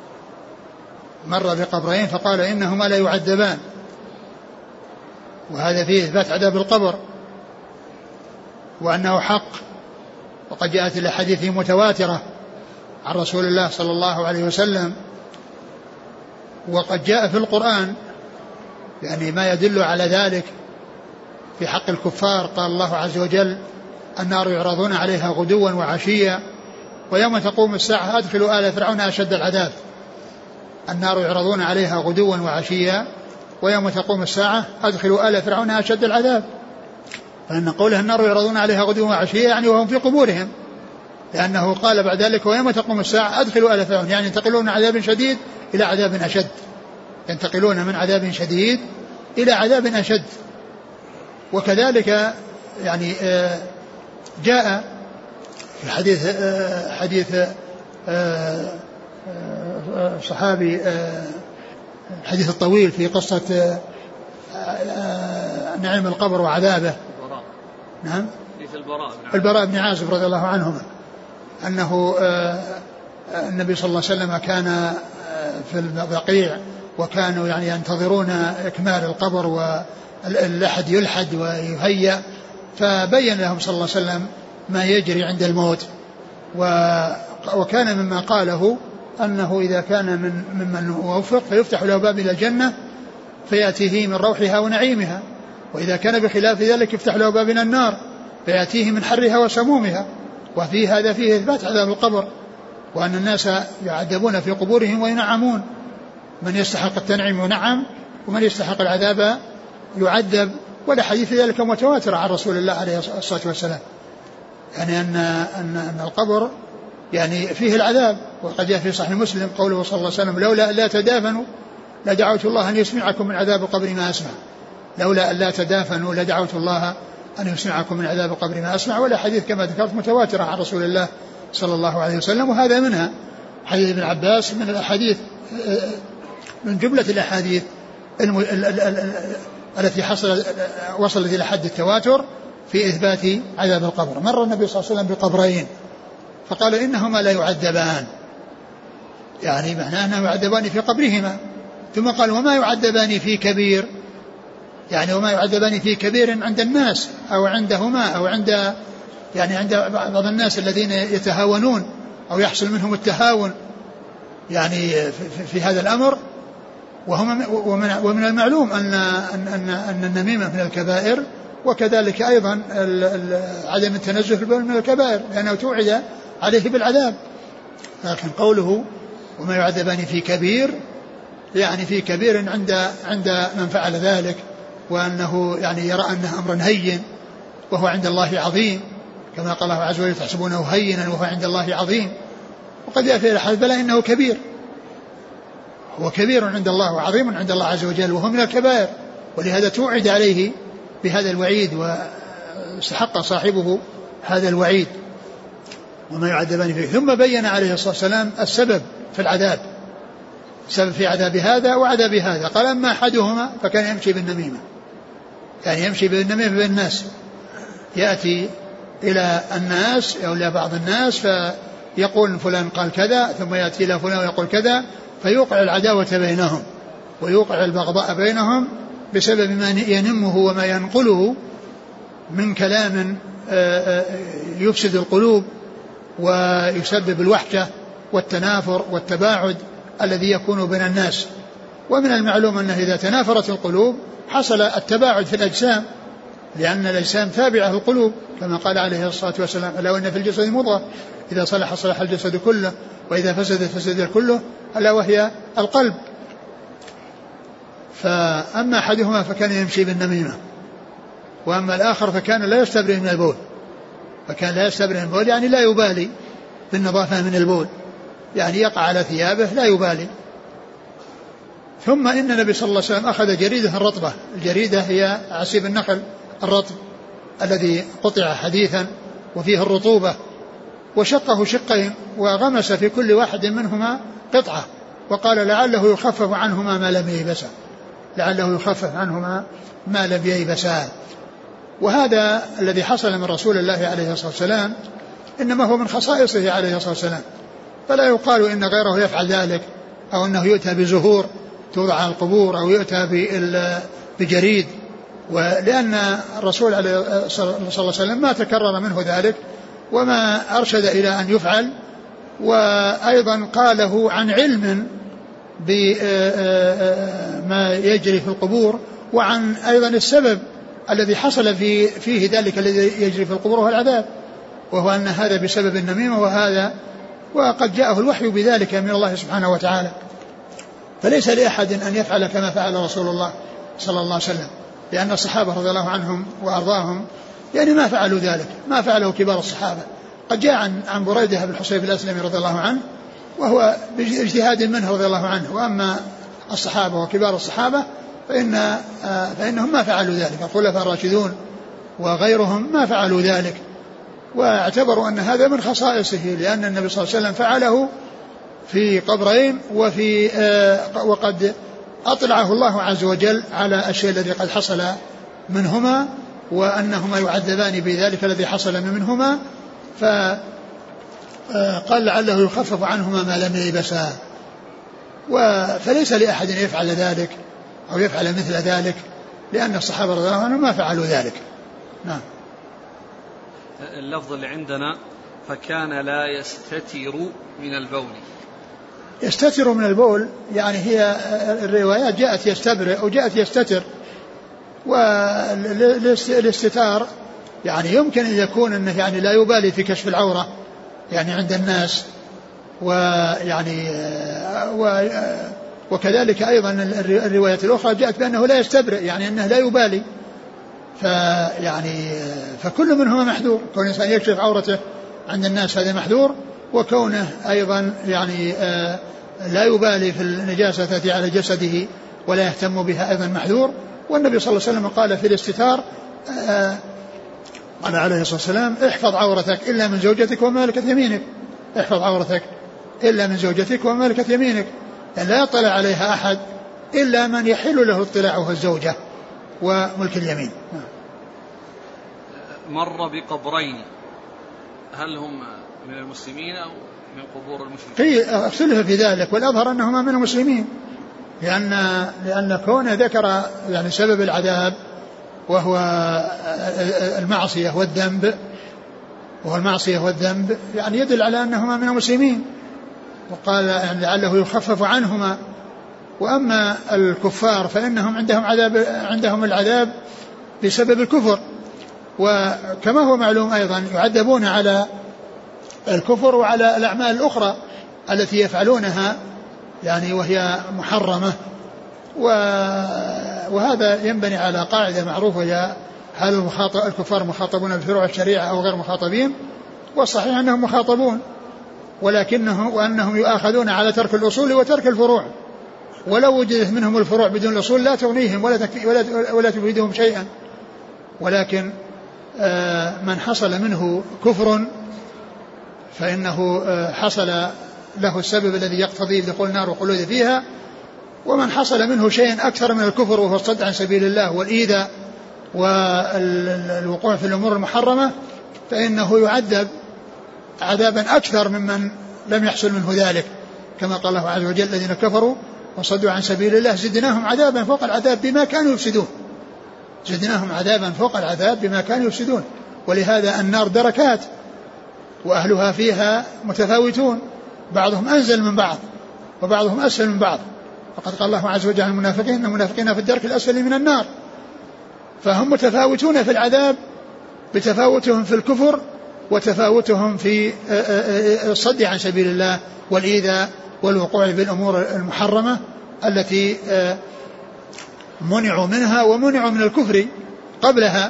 مر بقبرين فقال إنهما لا يعذبان، وهذا فيه إثبات عذاب القبر وأنه حق، وقد جاءت الأحاديث متواترة عن رسول الله صلى الله عليه وسلم، وقد جاء في القرآن يعني ما يدل على ذلك في حق الكفار. قال الله عز وجل: النار يعرضون عليها غدوا وعشيا ويوم تقوم الساعة أدخلوا آل فرعون أشد العذاب. النار يعرضون عليها غدوا وعشيا ويوم تقوم الساعة أدخلوا آل فرعون أشد العذاب. فإن قوله النار يعرضون عليها غدوا وعشيا يعني وهم في قبورهم، لأنه قال بعد ذلك ويوم تقوم الساعة أدخلوا آل فرعون، يعني ينتقلون من عذاب شديد إلى عذاب أشد، ينتقلون من عذاب شديد إلى عذاب أشد. وكذلك يعني جاء في حديث حديث صحابي الحديث الطويل في قصة نعيم القبر وعذابه. البراء. نعم. البراء البراء بن عازب رضي الله عنهما أنه النبي صلى الله عليه وسلم كان في البقيع وكانوا يعني ينتظرون إكمال القبر واللحد يلحد ويهيأ، فبين لهم صلى الله عليه وسلم ما يجري عند الموت، وكان مما قاله أنه إذا كان من ممن وفق فيفتح له باب إلى الجنة فيأتيه من روحها ونعيمها، وإذا كان بخلاف ذلك يفتح له باب إلى النار فيأتيه من حرها وسمومها. وفي هذا فيه إثبات عذاب القبر، وأن الناس يعذبون في قبورهم وينعمون، من يستحق التنعيم ينعم ومن يستحق العذاب يعذب. والحديث ذلك متواتر عن رسول الله عليه الصلاة والسلام، يعني أن, أن, أن القبر يعني فيه العذاب. وقد جاء في صحيح مسلم قوله صلى الله عليه وسلم: لولا لا تدافنوا لدعوت الله أن يسمعكم من عذاب القبر ما أسمع. لولا أن لا تدافنوا لدعوت الله أن يسمعكم من عذاب القبر ما أسمع. ولا حديث كما ذكرت متواترة عن رسول الله صلى الله عليه وسلم، وهذا منها حديث ابن عباس من الأحاديث من جملة الأحاديث التي حصل وصلت إلى حد التواتر في إثبات عذاب القبر. مر النبي صلى الله عليه وسلم بقبرين فقال إنهما لا يعذبان، يعني معناه أنهما يعذبان في قبرهما. ثم قال: وما يعذبان في كبير، يعني وما يعذبان في كبير عند الناس أو عندهما أو عند يعني عند بعض الناس الذين يتهاونون أو يحصل منهم التهاون يعني في, في هذا الأمر. وهم ومن المعلوم أن, أن, أن النميمة من الكبائر، وكذلك أيضا عدم التنزه بالبول من الكبائر لأنه توعد عليه بالعذاب. لكن قوله وما يعذبان في كبير يعني في كبير عند عند من فعل ذلك، وأنه يعني يرى أنه أمر هين وهو عند الله عظيم، كما قال الله عز وجل: تحسبونه هينا وهو عند الله عظيم. وقد جاء في الحديث: بلى إنه كبير، هو كبير عند الله وعظيم عند الله عز وجل وهو من الكبائر، ولهذا توعد عليه بهذا الوعيد واستحق صاحبه هذا الوعيد. وما يعذبان فيه. ثم بين عليه الصلاة والسلام السبب في العذاب، سبب في عذاب هذا وعذاب هذا. قال: أما أحدهما فكان يمشي بالنميمة، يعني يمشي بالنميمة بين الناس، يأتي إلى الناس أو إلى بعض الناس فيقول فلان قال كذا، ثم يأتي إلى فلان ويقول كذا، فيوقع العداوة بينهم ويوقع البغضاء بينهم بسبب ما ينمه وما ينقله من كلام يفسد القلوب ويسبب الوحشة والتنافر والتباعد الذي يكون بين الناس. ومن المعلوم أنه إذا تنافرت القلوب حصل التباعد في الأجسام، لأن الأجسام تابعة القلوب، كما قال عليه الصلاة والسلام: ألا وإن في الجسد مضغة إذا صلح صلح الجسد كله وإذا فسد فسد كله ألا وهي القلب. فأما أحدهما فكان يمشي بالنميمة، وأما الآخر فكان لا يستبرئ من البول، فكان لا يستبرئ من البول يعني لا يبالي بالنظافة من البول، يعني يقع على ثيابه لا يبالي. ثم إن النبي صلى الله عليه وسلم أخذ جريدة رطبة، الجريدة هي عسيب النخل الرطب الذي قطع حديثا وفيه الرطوبة، وشقه شقين وغمس في كل واحد منهما قطعة، وقال: لعله يخفف عنهما ما لم ييبسا، لعله يخفف عنهما ما لم ييبسا. وهذا الذي حصل من رسول الله عليه الصلاة والسلام إنما هو من خصائصه عليه الصلاة والسلام، فلا يقال إن غيره يفعل ذلك، أو أنه يؤتى بزهور توضع على القبور، أو يؤتى بجريد، ولأن الرسول صلى الله عليه وسلم ما تكرر منه ذلك وما أرشد إلى أن يفعل، وأيضا قاله عن علم بما يجري في القبور، وعن أيضا السبب الذي حصل في فيه ذلك الذي يجري في القبور هو العذاب، وهو أن هذا بسبب النميمة، وهذا وقد جاءه الوحي بذلك من الله سبحانه وتعالى. فليس لأحد أن يفعل كما فعل رسول الله صلى الله عليه وسلم، لأن الصحابة رضي الله عنهم وأرضاهم يعني ما فعلوا ذلك، ما فعله كبار الصحابة. قد جاء عن, عن بريدة بن الحصيب الأسلمي رضي الله عنه وهو باجتهاد منه رضي الله عنه، وأما الصحابة وكبار الصحابة فإن فإنهم ما فعلوا ذلك، الخلفاء الراشدون وغيرهم ما فعلوا ذلك، واعتبروا أن هذا من خصائصه، لأن النبي صلى الله عليه وسلم فعله في قبرين، وفي وقد أطلعه الله عز وجل على الشيء الذي قد حصل منهما، وأنهما يعذبان بذلك الذي حصل منهما، فقال لعله يخفف عنهما ما لم ييبسا. فليس لأحد يفعل ذلك أو يفعل مثل ذلك، لأن الصحابة رضي الله عنهم ما فعلوا ذلك. نعم. اللفظ اللي عندنا فكان لا يستتر من البول. يستتر من البول يعني هي الروايات جاءت يستبرئ وجاءت يستتر، والاستتار يعني يمكن أن يكون أنه يعني لا يبالي في كشف العورة يعني عند الناس، ويعني وكذلك أيضا الروايات الأخرى جاءت بأنه لا يستبرئ يعني أنه لا يبالي، فيعني فكل منهما محذور، كون الإنسان يكشف عورته عند الناس هذا محذور، وكونه أيضا يعني لا يبالي في النجاسة التي على جسده ولا يهتم بها أيضا محذور. والنبي صلى الله عليه وسلم قال في الاستتار قال عليه الصلاة والسلام احفظ عورتك إلا من زوجتك ومالكة يمينك، احفظ عورتك إلا من زوجتك ومالكة يمينك، يعني لا يطلع عليها أحد إلا من يحل له اطلاعه الزوجة وملك اليمين. مر بقبرين، هل هم من المسلمين أو من قبور المشركين؟ في اختلف في ذلك، والأظهر أنهما من المسلمين، لأن لأن كونه ذكر يعني سبب العذاب وهو المعصية والذنب، وهو المعصية والذنب يعني يدل على أنهما من المسلمين، وقال يعني لعله يخفف عنهما. وأما الكفار فإنهم عندهم عذاب، عندهم العذاب بسبب الكفر، وكما هو معلوم أيضا يعذبون على الكفر وعلى الأعمال الأخرى التي يفعلونها يعني وهي محرمة. وهذا ينبني على قاعدة معروفة، هي هل الكفار مخاطبون بفروع الشريعة أو غير مخاطبين؟ والصحيح أنهم مخاطبون، ولكنه وأنهم يؤاخذون على ترك الأصول وترك الفروع، ولو وجدت منهم الفروع بدون الأصول لا تغنيهم ولا ولا, ولا تفيدهم شيئا. ولكن من حصل منه كفر فإنه حصل له السبب الذي يقتضي دخول النار وخلود فيها، ومن حصل منه شيء أكثر من الكفر وهو الصد عن سبيل الله والإيذاء والوقوع في الأمور المحرمة فإنه يعذب عذابا أكثر ممن لم يحصل منه ذلك، كما قال الله عز وجل الذين كفروا وصدوا عن سبيل الله زدناهم عذابا فوق العذاب بما كانوا يفسدون، زدناهم عذابا فوق العذاب بما كانوا يفسدون. ولهذا النار دركات وأهلها فيها متفاوتون، بعضهم أنزل من بعض وبعضهم أسفل من بعض، وقد قال الله عز وجل عن المنافقين إن المنافقين في الدرك الأسفل من النار، فهم متفاوتون في العذاب بتفاوتهم في الكفر وتفاوتهم في الصد عن سبيل الله والإيذاء والوقوع بالأمور المحرمة التي منعوا منها ومنعوا من الكفر قبلها.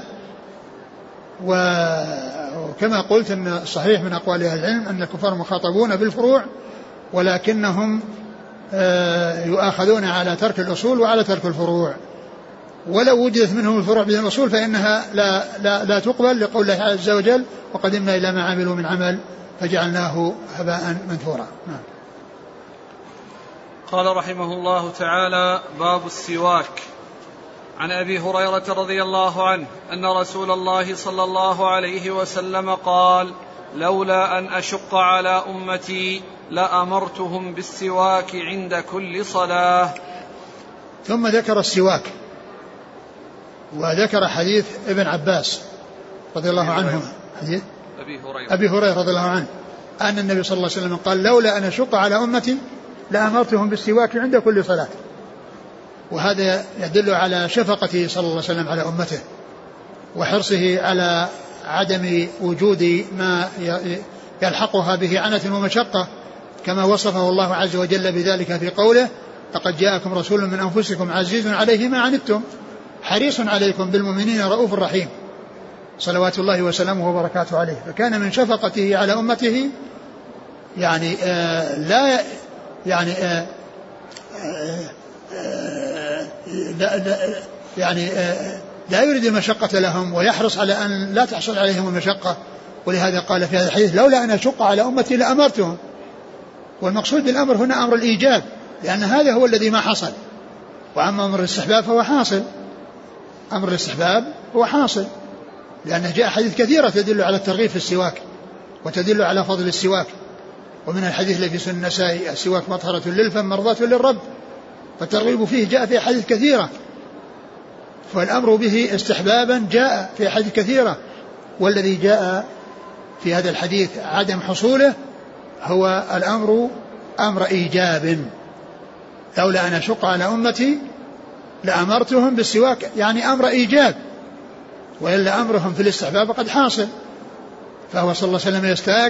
وكما قلت أن الصحيح من أقوال أهل العلم أن الكفار مخاطبون بالفروع، ولكنهم يؤاخذون على ترك الأصول وعلى ترك الفروع، ولو وجدت منهم الفروع بدون الأصول فإنها لا, لا, لا تقبل، لقول الله عز وجل وقدمنا إلى ما عملوا من عمل فجعلناه هباء منثورا. قال رحمه الله تعالى: باب السواك. عن أبي هريرة رضي الله عنه أن رسول الله صلى الله عليه وسلم قال: لولا أن أشق على أمتي لأمرتهم بالسواك عند كل صلاة. ثم ذكر السواك، وذكر حديث ابن عباس رضي الله عنهما، حديث أبي هريرة. أبي هريرة رضي الله عنه أن النبي صلى الله عليه وسلم قال: لولا أن أشق على أمتي لأمرتهم بالسواك عند كل صلاة. وهذا يدل على شفقته صلى الله عليه وسلم على أمته، وحرصه على عدم وجود ما يلحقها به عنة ومشقة، كما وصفه الله عز وجل بذلك في قوله: لقد جاءكم رسول من أنفسكم عزيز عليه ما عنتم حريص عليكم بالمؤمنين رؤوف رحيم، صلوات الله وسلامه وبركاته عليه. فكان من شفقته على أمته يعني آه لا يعني آه آه لا لا يعني آه لا يريد المشقة لهم، ويحرص على أن لا تحصل عليهم المشقة. ولهذا قال في هذا الحديث: لولا أن أشق على أمتي لأمرتهم. والمقصود بالأمر هنا أمر الإيجاب، لأن هذا هو الذي ما حصل. وأما أمر الاستحباب فهو حاصل، أمر الاستحباب هو حاصل، لأنه جاء حديث كثيرة تدل على الترغيب في السواك وتدل على فضل السواك. ومن الحديث الذي في سنن النسائي: السواك مطهرة للفم مرضاة للرب. فالترغيب فيه جاء في حديث كثيرة، فالأمر به استحبابا جاء في حديث كثيرة. والذي جاء في هذا الحديث عدم حصوله هو الأمر أمر إيجاب. لولا أن أشق على أمتي لأمرتهم بالسواك، يعني أمر إيجاب، وإلا أمرهم في الاستحباب قد حاصل. فهو صلى الله عليه وسلم يستاك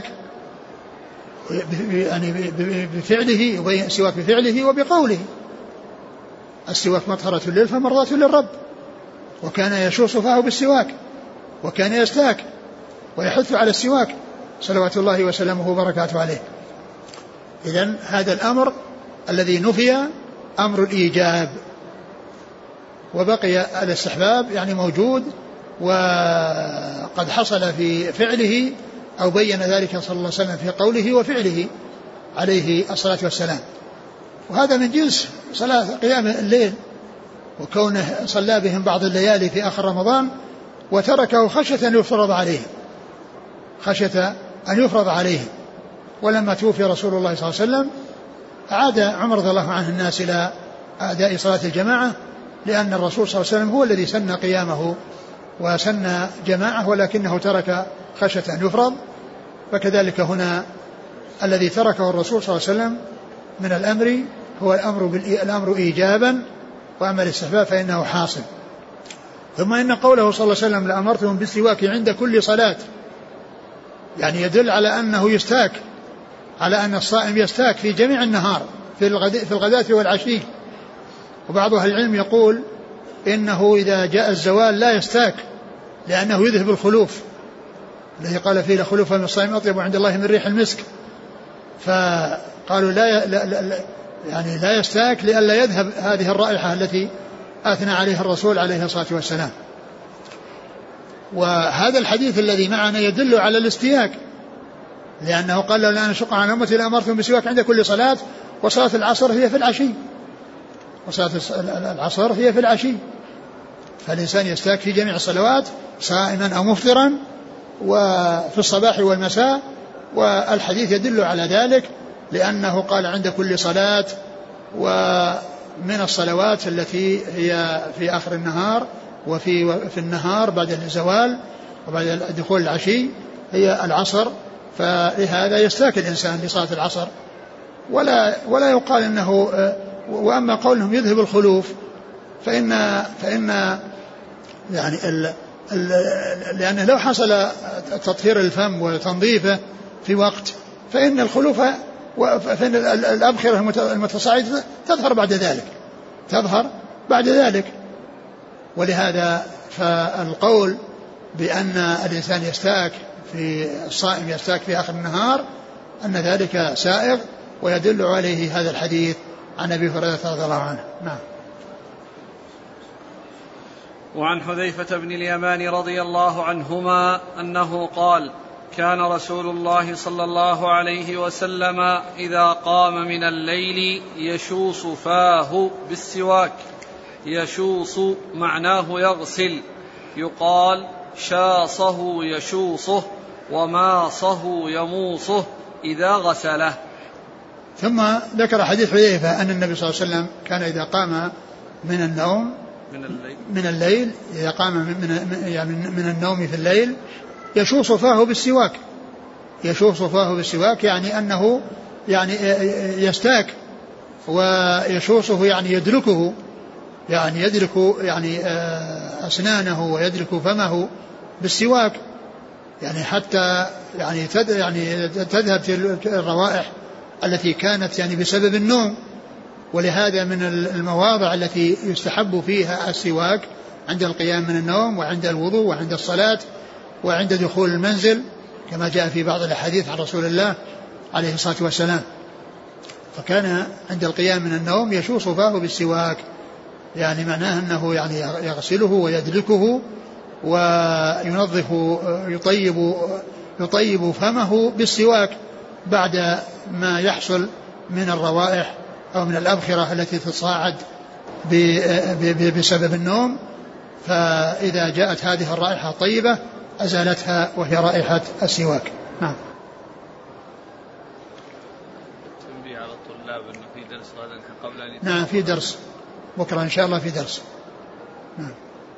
يعني بفعله، السواك بفعله وبقوله: السواك مطهرة للفم مرضاة للرب. وكان يشوص فاه بالسواك، وكان يستاك ويحث على السواك صلوات الله وسلامه وبركاته عليه. إذن هذا الأمر الذي نفي أمر الإيجاب، وبقي الاستحباب يعني موجود وقد حصل في فعله، أو بين ذلك صلى الله عليه وسلم في قوله وفعله عليه الصلاة والسلام. وهذا من جنس صلاة قيام الليل، وكونه صلى بهم بعض الليالي في آخر رمضان وتركه خشية أن يفرض عليهم، خشية أن يفرض عليهم. ولما توفي رسول الله صلى الله عليه وسلم عاد عمر رضي الله عنه الناس إلى أداء صلاة الجماعة، لأن الرسول صلى الله عليه وسلم هو الذي سن قيامه وسن جماعة، ولكنه ترك خشية أن يفرض. فكذلك هنا الذي تركه الرسول صلى الله عليه وسلم من الأمر هو الأمر, الأمر إيجابا، وأما الاستحباب فإنه حاصل. ثم إن قوله صلى الله عليه وسلم: لأمرتهم بالسواك عند كل صلاة، يعني يدل على أنه يستاك، على أن الصائم يستاك في جميع النهار، في الغداة والعشي. وبعض أهل العلم يقول إنه إذا جاء الزوال لا يستاك، لأنه يذهب الخلوف الذي قال فيه: لخلوف من الصائم أطيب عند الله من ريح المسك. فقالوا لا, لا, لا يعني لا يستاك لئلا يذهب هذه الرائحة التي أثنى عليها الرسول عليه الصلاة والسلام. وهذا الحديث الذي معنا يدل على الاستياك، لأنه قال: لو أن أشق على أمتي لأمرتهم بالسواك عند كل صلاة. وصلاة العصر هي في العشي، وصلاة العصر هي في العشي، فالإنسان يستاك في جميع الصلوات صائما أو مفطرا، وفي الصباح والمساء. والحديث يدل على ذلك، لأنه قال عند كل صلاة، ومن الصلوات التي هي في آخر النهار وفي في النهار بعد الزوال وبعد دخول العشي هي العصر. فلهذا يستاك الإنسان لصلاة العصر، ولا ولا يقال إنه. وأما قولهم يذهب الخلوف فإن فإن يعني ال ال لأنه لو حصل تطهير الفم وتنظيفه في وقت فإن الخلوف فإن الأبخرة المتصاعدة تظهر بعد ذلك تظهر بعد ذلك ولهذا فالقول بأن الإنسان يستاك في الصائم يستاك في آخر النهار أن ذلك سائغ، ويدل عليه هذا الحديث عن أبي هريرة رضي الله عنه. نعم. وعن حذيفة بن اليمان رضي الله عنهما أنه قال: كان رسول الله صلى الله عليه وسلم إذا قام من الليل يشوص فاه بالسواك، يشوص معناه يغسل، يقال شاصه يشوصه وماصه يموصه إذا غسله. ثم ذكر حديث حذيفة أن النبي صلى الله عليه وسلم كان إذا قام من النوم من الليل, من الليل إذا قام من, يعني من النوم في الليل يشوص فاه بالسواك، يشوص فاه بالسواك يعني أنه يعني يستاك، ويشوصه يعني يدركه، يعني يدرك يعني أسنانه ويدرك فمه بالسواك، يعني حتى يعني يعني تذهب الروائح التي كانت يعني بسبب النوم. ولهذا من المواضع التي يستحب فيها السواك عند القيام من النوم وعند الوضوء وعند الصلاة وعند دخول المنزل، كما جاء في بعض الأحاديث عن رسول الله عليه الصلاة والسلام. فكان عند القيام من النوم يشوص فاه بالسواك، يعني معناه أنه يعني يغسله ويدلكه وينظف يطيب يطيب فمه بالسواك بعد ما يحصل من الروائح أو من الأبخرة التي تصاعد بسبب النوم، فإذا جاءت هذه الرائحة الطيبة أزالتها وهي رائحة السواك. نعم. تنبيه على الطلاب أنه في درس غدا قبل أن نعم في درس بكرة إن شاء الله في درس. نعم.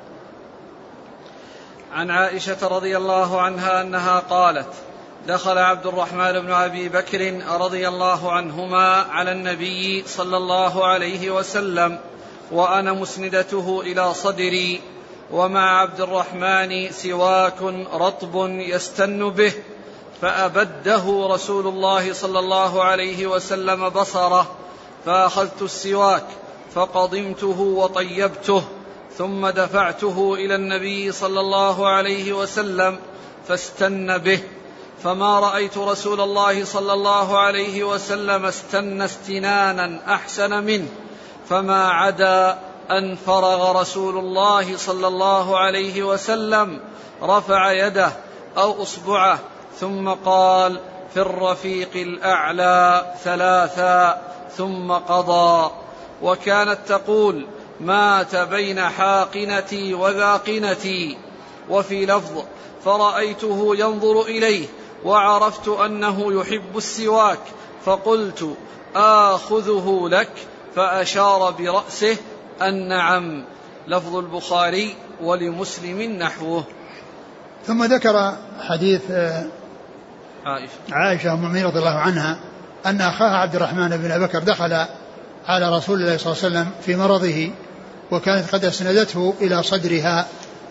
عن عائشة رضي الله عنها أنها قالت: دخل عبد الرحمن بن أبي بكر رضي الله عنهما على النبي صلى الله عليه وسلم وأنا مسندته إلى صدري، ومع عبد الرحمن سواك رطب يستن به، فأبده رسول الله صلى الله عليه وسلم بصره، فأخذت السواك فقضمته وطيبته، ثم دفعته إلى النبي صلى الله عليه وسلم فاستن به، فما رأيت رسول الله صلى الله عليه وسلم استن استنانا أحسن منه، فما عدا أن فرغ رسول الله صلى الله عليه وسلم رفع يده أو أصبعه ثم قال: في الرفيق الأعلى ثلاثا ثم قضى. وكانت تقول: مات بين حاقنتي وذاقنتي. وفي لفظ: فرأيته ينظر إليه وعرفت أنه يحب السواك، فقلت: آخذه لك؟ فأشار برأسه أن نعم. لفظ البخاري ولمسلم نحوه. ثم ذكر حديث عائشة عائشة أم المؤمنين رضي الله عنها أن أخاها عبد الرحمن بن أبي بكر دخل على رسول الله صلى الله عليه وسلم في مرضه، وكانت قد أسندته إلى صدرها،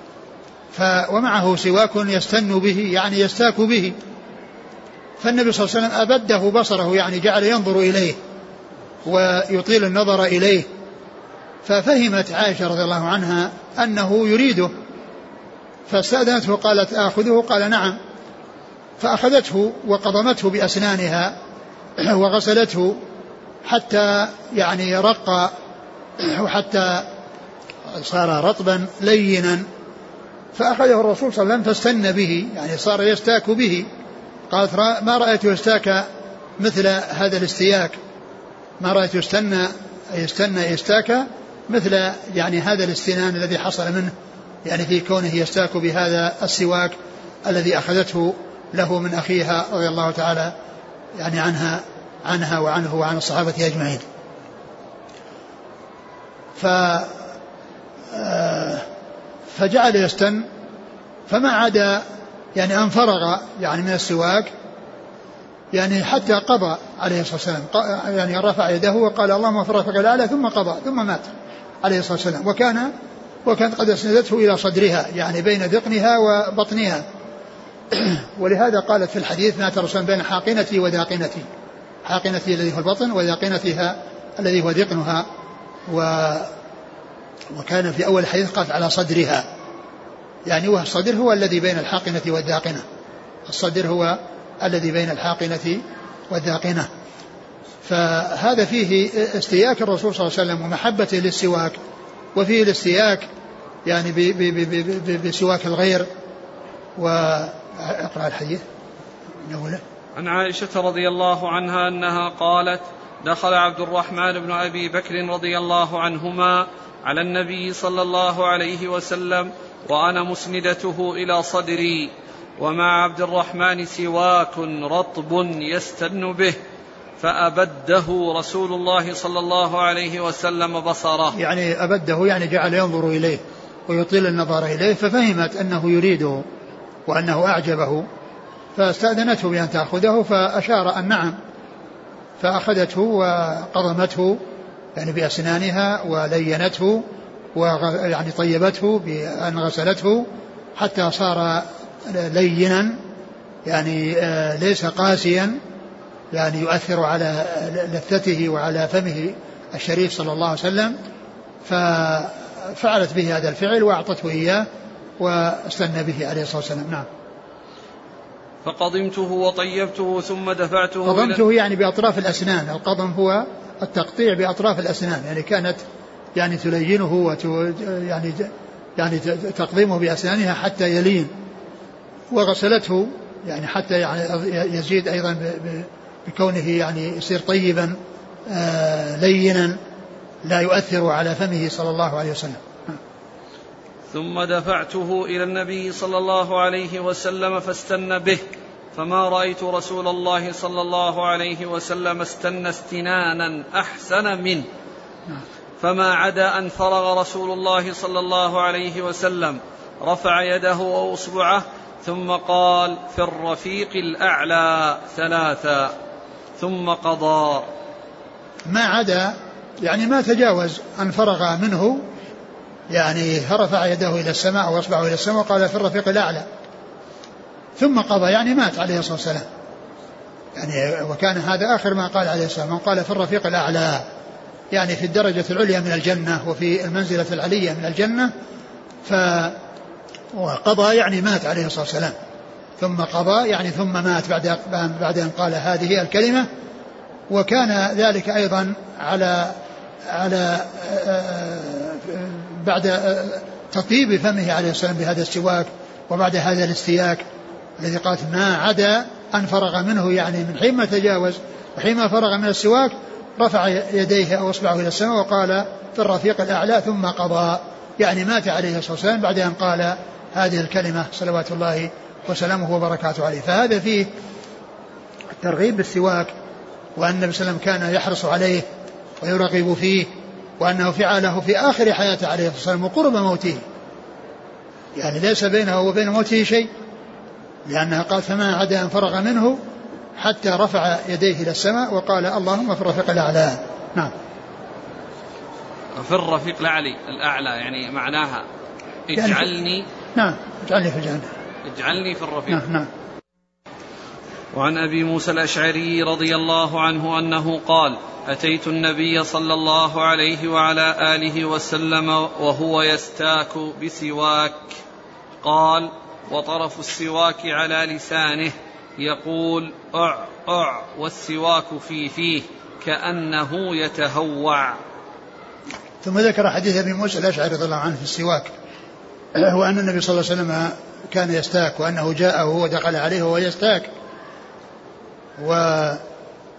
ومعه سواك يستن به يعني يستاك به، فالنبي صلى الله عليه وسلم أبده بصره، يعني جعل ينظر إليه ويطيل النظر إليه، ففهمت عائشة رضي الله عنها أنه يريده، فاستأذنته قالت: آخذه؟ قال: نعم. فأخذته وقضمته بأسنانها وغسلته حتى يعني رق وحتى صار رطبا لينا، فأخذه الرسول صلى الله عليه وسلم فاستن به، يعني صار يستاك به. قالت: ما رأيت يستاك مثل هذا الاستياك، ما رأيت يستنى يستنى يستاك مثل يعني هذا الاستنان الذي حصل منه، يعني في كونه يستاك بهذا السواك الذي أخذته له من أخيها رضي الله تعالى يعني عنها عنها وعنه وعن الصحابة أجمعين. ف فجعل يستن، فما عدا يعني أن فرغ يعني من السواك، يعني حتى قضى عليه الصلاة والسلام، يعني رفع يده وقال: اللهم في الرفيق الأعلى، ثم قضى ثم مات عليه الصلاة والسلام. وكان وكانت قد أسندته إلى صدرها، يعني بين ذقنها وبطنها. ولهذا قالت في الحديث: مات الرسول بين حاقنتي وذاقنتي، حاقنتي الذي هو البطن وذاقنتها الذي هو ذقنها. و وكان في أول الحديث قالت على صدرها، يعني والصدر هو الذي بين الحاقنة والذاقنة، الصدر هو الذي بين الحاقنة والذاقنة. فهذا فيه استياك الرسول صلى الله عليه وسلم ومحبته للسواك، وفيه الاستياك يعني بسواك الغير. وأقرأ الحديث. عن عائشة رضي الله عنها أنها قالت: دخل عبد الرحمن بن أبي بكر رضي الله عنهما على النبي صلى الله عليه وسلم وأنا مسندته إلى صدري ومع عبد الرحمن سواك رطب يستن به فأبده رسول الله صلى الله عليه وسلم بصره. يعني أبده يعني جعل ينظر إليه ويطيل النظر إليه، ففهمت أنه يريده وأنه أعجبه، فاستأذنته بأن تأخذه، فأشار أن نعم، فأخذته وقضمته يعني بأسنانها ولينته ويعني طيبته بأن غسلته حتى صار لينا يعني ليس قاسيا يعني يؤثر على لثته وعلى فمه الشريف صلى الله عليه وسلم. ففعلت به هذا الفعل وأعطته إياه واستنى به عليه الصلاة والسلام. نعم. فقضمته وطيبته ثم دفعته. قضمته يعني بأطراف الأسنان. القضم هو التقطيع بأطراف الأسنان، يعني كانت يعني تلينه وت يعني يعني تقضمه بأسنانها حتى يلين، وغسلته يعني حتى يعني يزيد أيضا بكونه يعني يصير طيبا آه لينا لا يؤثر على فمه صلى الله عليه وسلم. ثم دفعته إلى النبي صلى الله عليه وسلم فاستن به، فما رأيت رسول الله صلى الله عليه وسلم استن استنانا أحسن منه، فما عدا أن فرغ رسول الله صلى الله عليه وسلم رفع يده وأصبعه ثم قال في الرفيق الأعلى ثلاثا ثم قضى. ما عدا يعني ما تجاوز أن فرغ منه، يعني رفع يده إلى السماء وأصبعه إلى السماء وقال في الرفيق الأعلى ثم قضى، يعني مات عليه الصلاة والسلام. يعني وكان هذا آخر ما قال عليه الصلاة والسلام، قال في الرفيق الأعلى يعني في الدرجة العليا من الجنة وفي المنزلة العلية من الجنة. ف وقضى يعني مات عليه الصلاة والسلام، ثم قضى يعني ثم مات بعد بعد أن قال هذه الكلمة. وكان ذلك أيضا على على بعد تطيب فمه عليه السلام بهذا السواك وبعد هذا الاستياك الذي قالت ما عدا أن فرغ منه، يعني من حين ما تجاوز وحين ما فرغ من السواك رفع يديه أو أصبعه إلى السماء وقال في الرفيق الأعلى ثم قضى، يعني مات عليه الصلاة والسلام بعد أن قال هذه الكلمة صلوات الله وسلامه وبركاته عليه. فهذا فيه الترغيب بالسواك، وأن النبي صلى الله عليه وسلم كان يحرص عليه ويرغب فيه، وأنه فعله في آخر حياته عليه الصلاة والسلام وقرب موته، يعني ليس بينه وبين موته شيء، لأنها قال فما عدا أن فرغ منه حتى رفع يديه إلى السماء وقال اللهم في الرفيق الأعلى. نعم. في الرفيق الأعلى الأعلى يعني معناها اجعلني يعني نعم اجعلني في الجنة، اجعلني في الرفيق. نعم نعم. وعن أبي موسى الأشعري رضي الله عنه أنه قال أتيت النبي صلى الله عليه وعلى آله وسلم وهو يستاك بسواك، قال وطرف السواك على لسانه يقول أع أع والسواك في فيه كأنه يتهوع. ثم ذكر حديث أبي موسى الأشعري رضي الله عنه في السواك، وأن النبي صلى الله عليه وسلم كان يستاك، وأنه جاءه ودخل عليه وهو يستاك، ودخل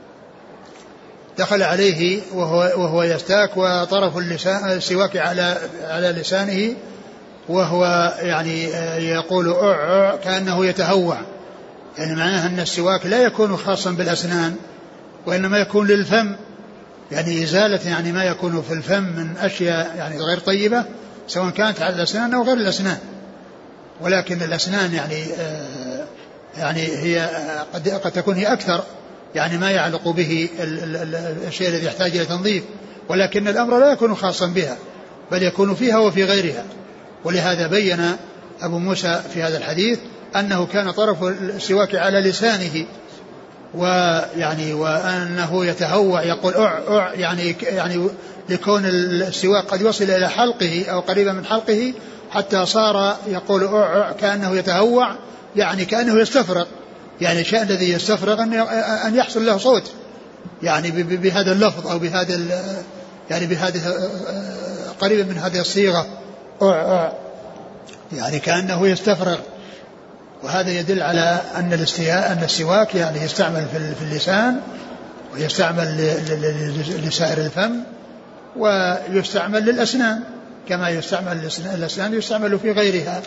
عليه وهو, وهو يستاك وطرف اللسان السواك على على لسانه وهو يعني يقول أع أع كأنه يتهوع، يعني معناه أن السواك لا يكون خاصا بالأسنان وإنما يكون للفم، يعني إزالة يعني ما يكون في الفم من أشياء يعني غير طيبة سواء كانت على الأسنان أو غير الأسنان. ولكن الأسنان يعني آه يعني هي قد, قد تكون هي أكثر يعني ما يعلق به الشيء الذي يحتاج إلى تنظيف، ولكن الأمر لا يكون خاصا بها بل يكون فيها وفي غيرها. ولهذا بين أبو موسى في هذا الحديث أنه كان طرف السواك على لسانه، ويعني وأنه يتهوع يقول أع أع يعني يعني لكون السواك قد وصل إلى حلقه أو قريبا من حلقه حتى صار يقول أع أع كأنه يتهوع، يعني كأنه يستفرغ، يعني الشيء الذي يستفرغ أن يحصل له صوت يعني بهذا اللفظ أو بهذا يعني بهذه قريبا من هذه الصيغة أع أع يعني كأنه يستفرغ. وهذا يدل على أن الاستياء أن السواك يعني يستعمل في اللسان ويستعمل لسائر الفم، ويستعمل للأسنان كما يستعمل الأسنان يستعمل في غيرها.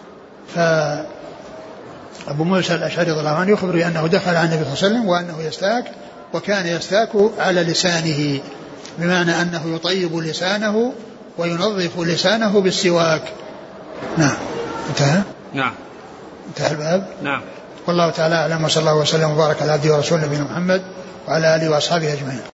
فأبو موسى الأشعري رضي الله عنه يخبر أنه دخل على النبي صلى الله عليه وسلم وأنه يستاك، وكان يستاك على لسانه، بمعنى أنه يطيب لسانه وينظف لسانه بالسواك. نعم. انتهى. نعم. انتهى الباب. نعم. والله تعالى أعلم، وصلى الله وسلم وبارك على عبده ورسوله نبينا محمد وعلى آله وأصحابه أجمعين.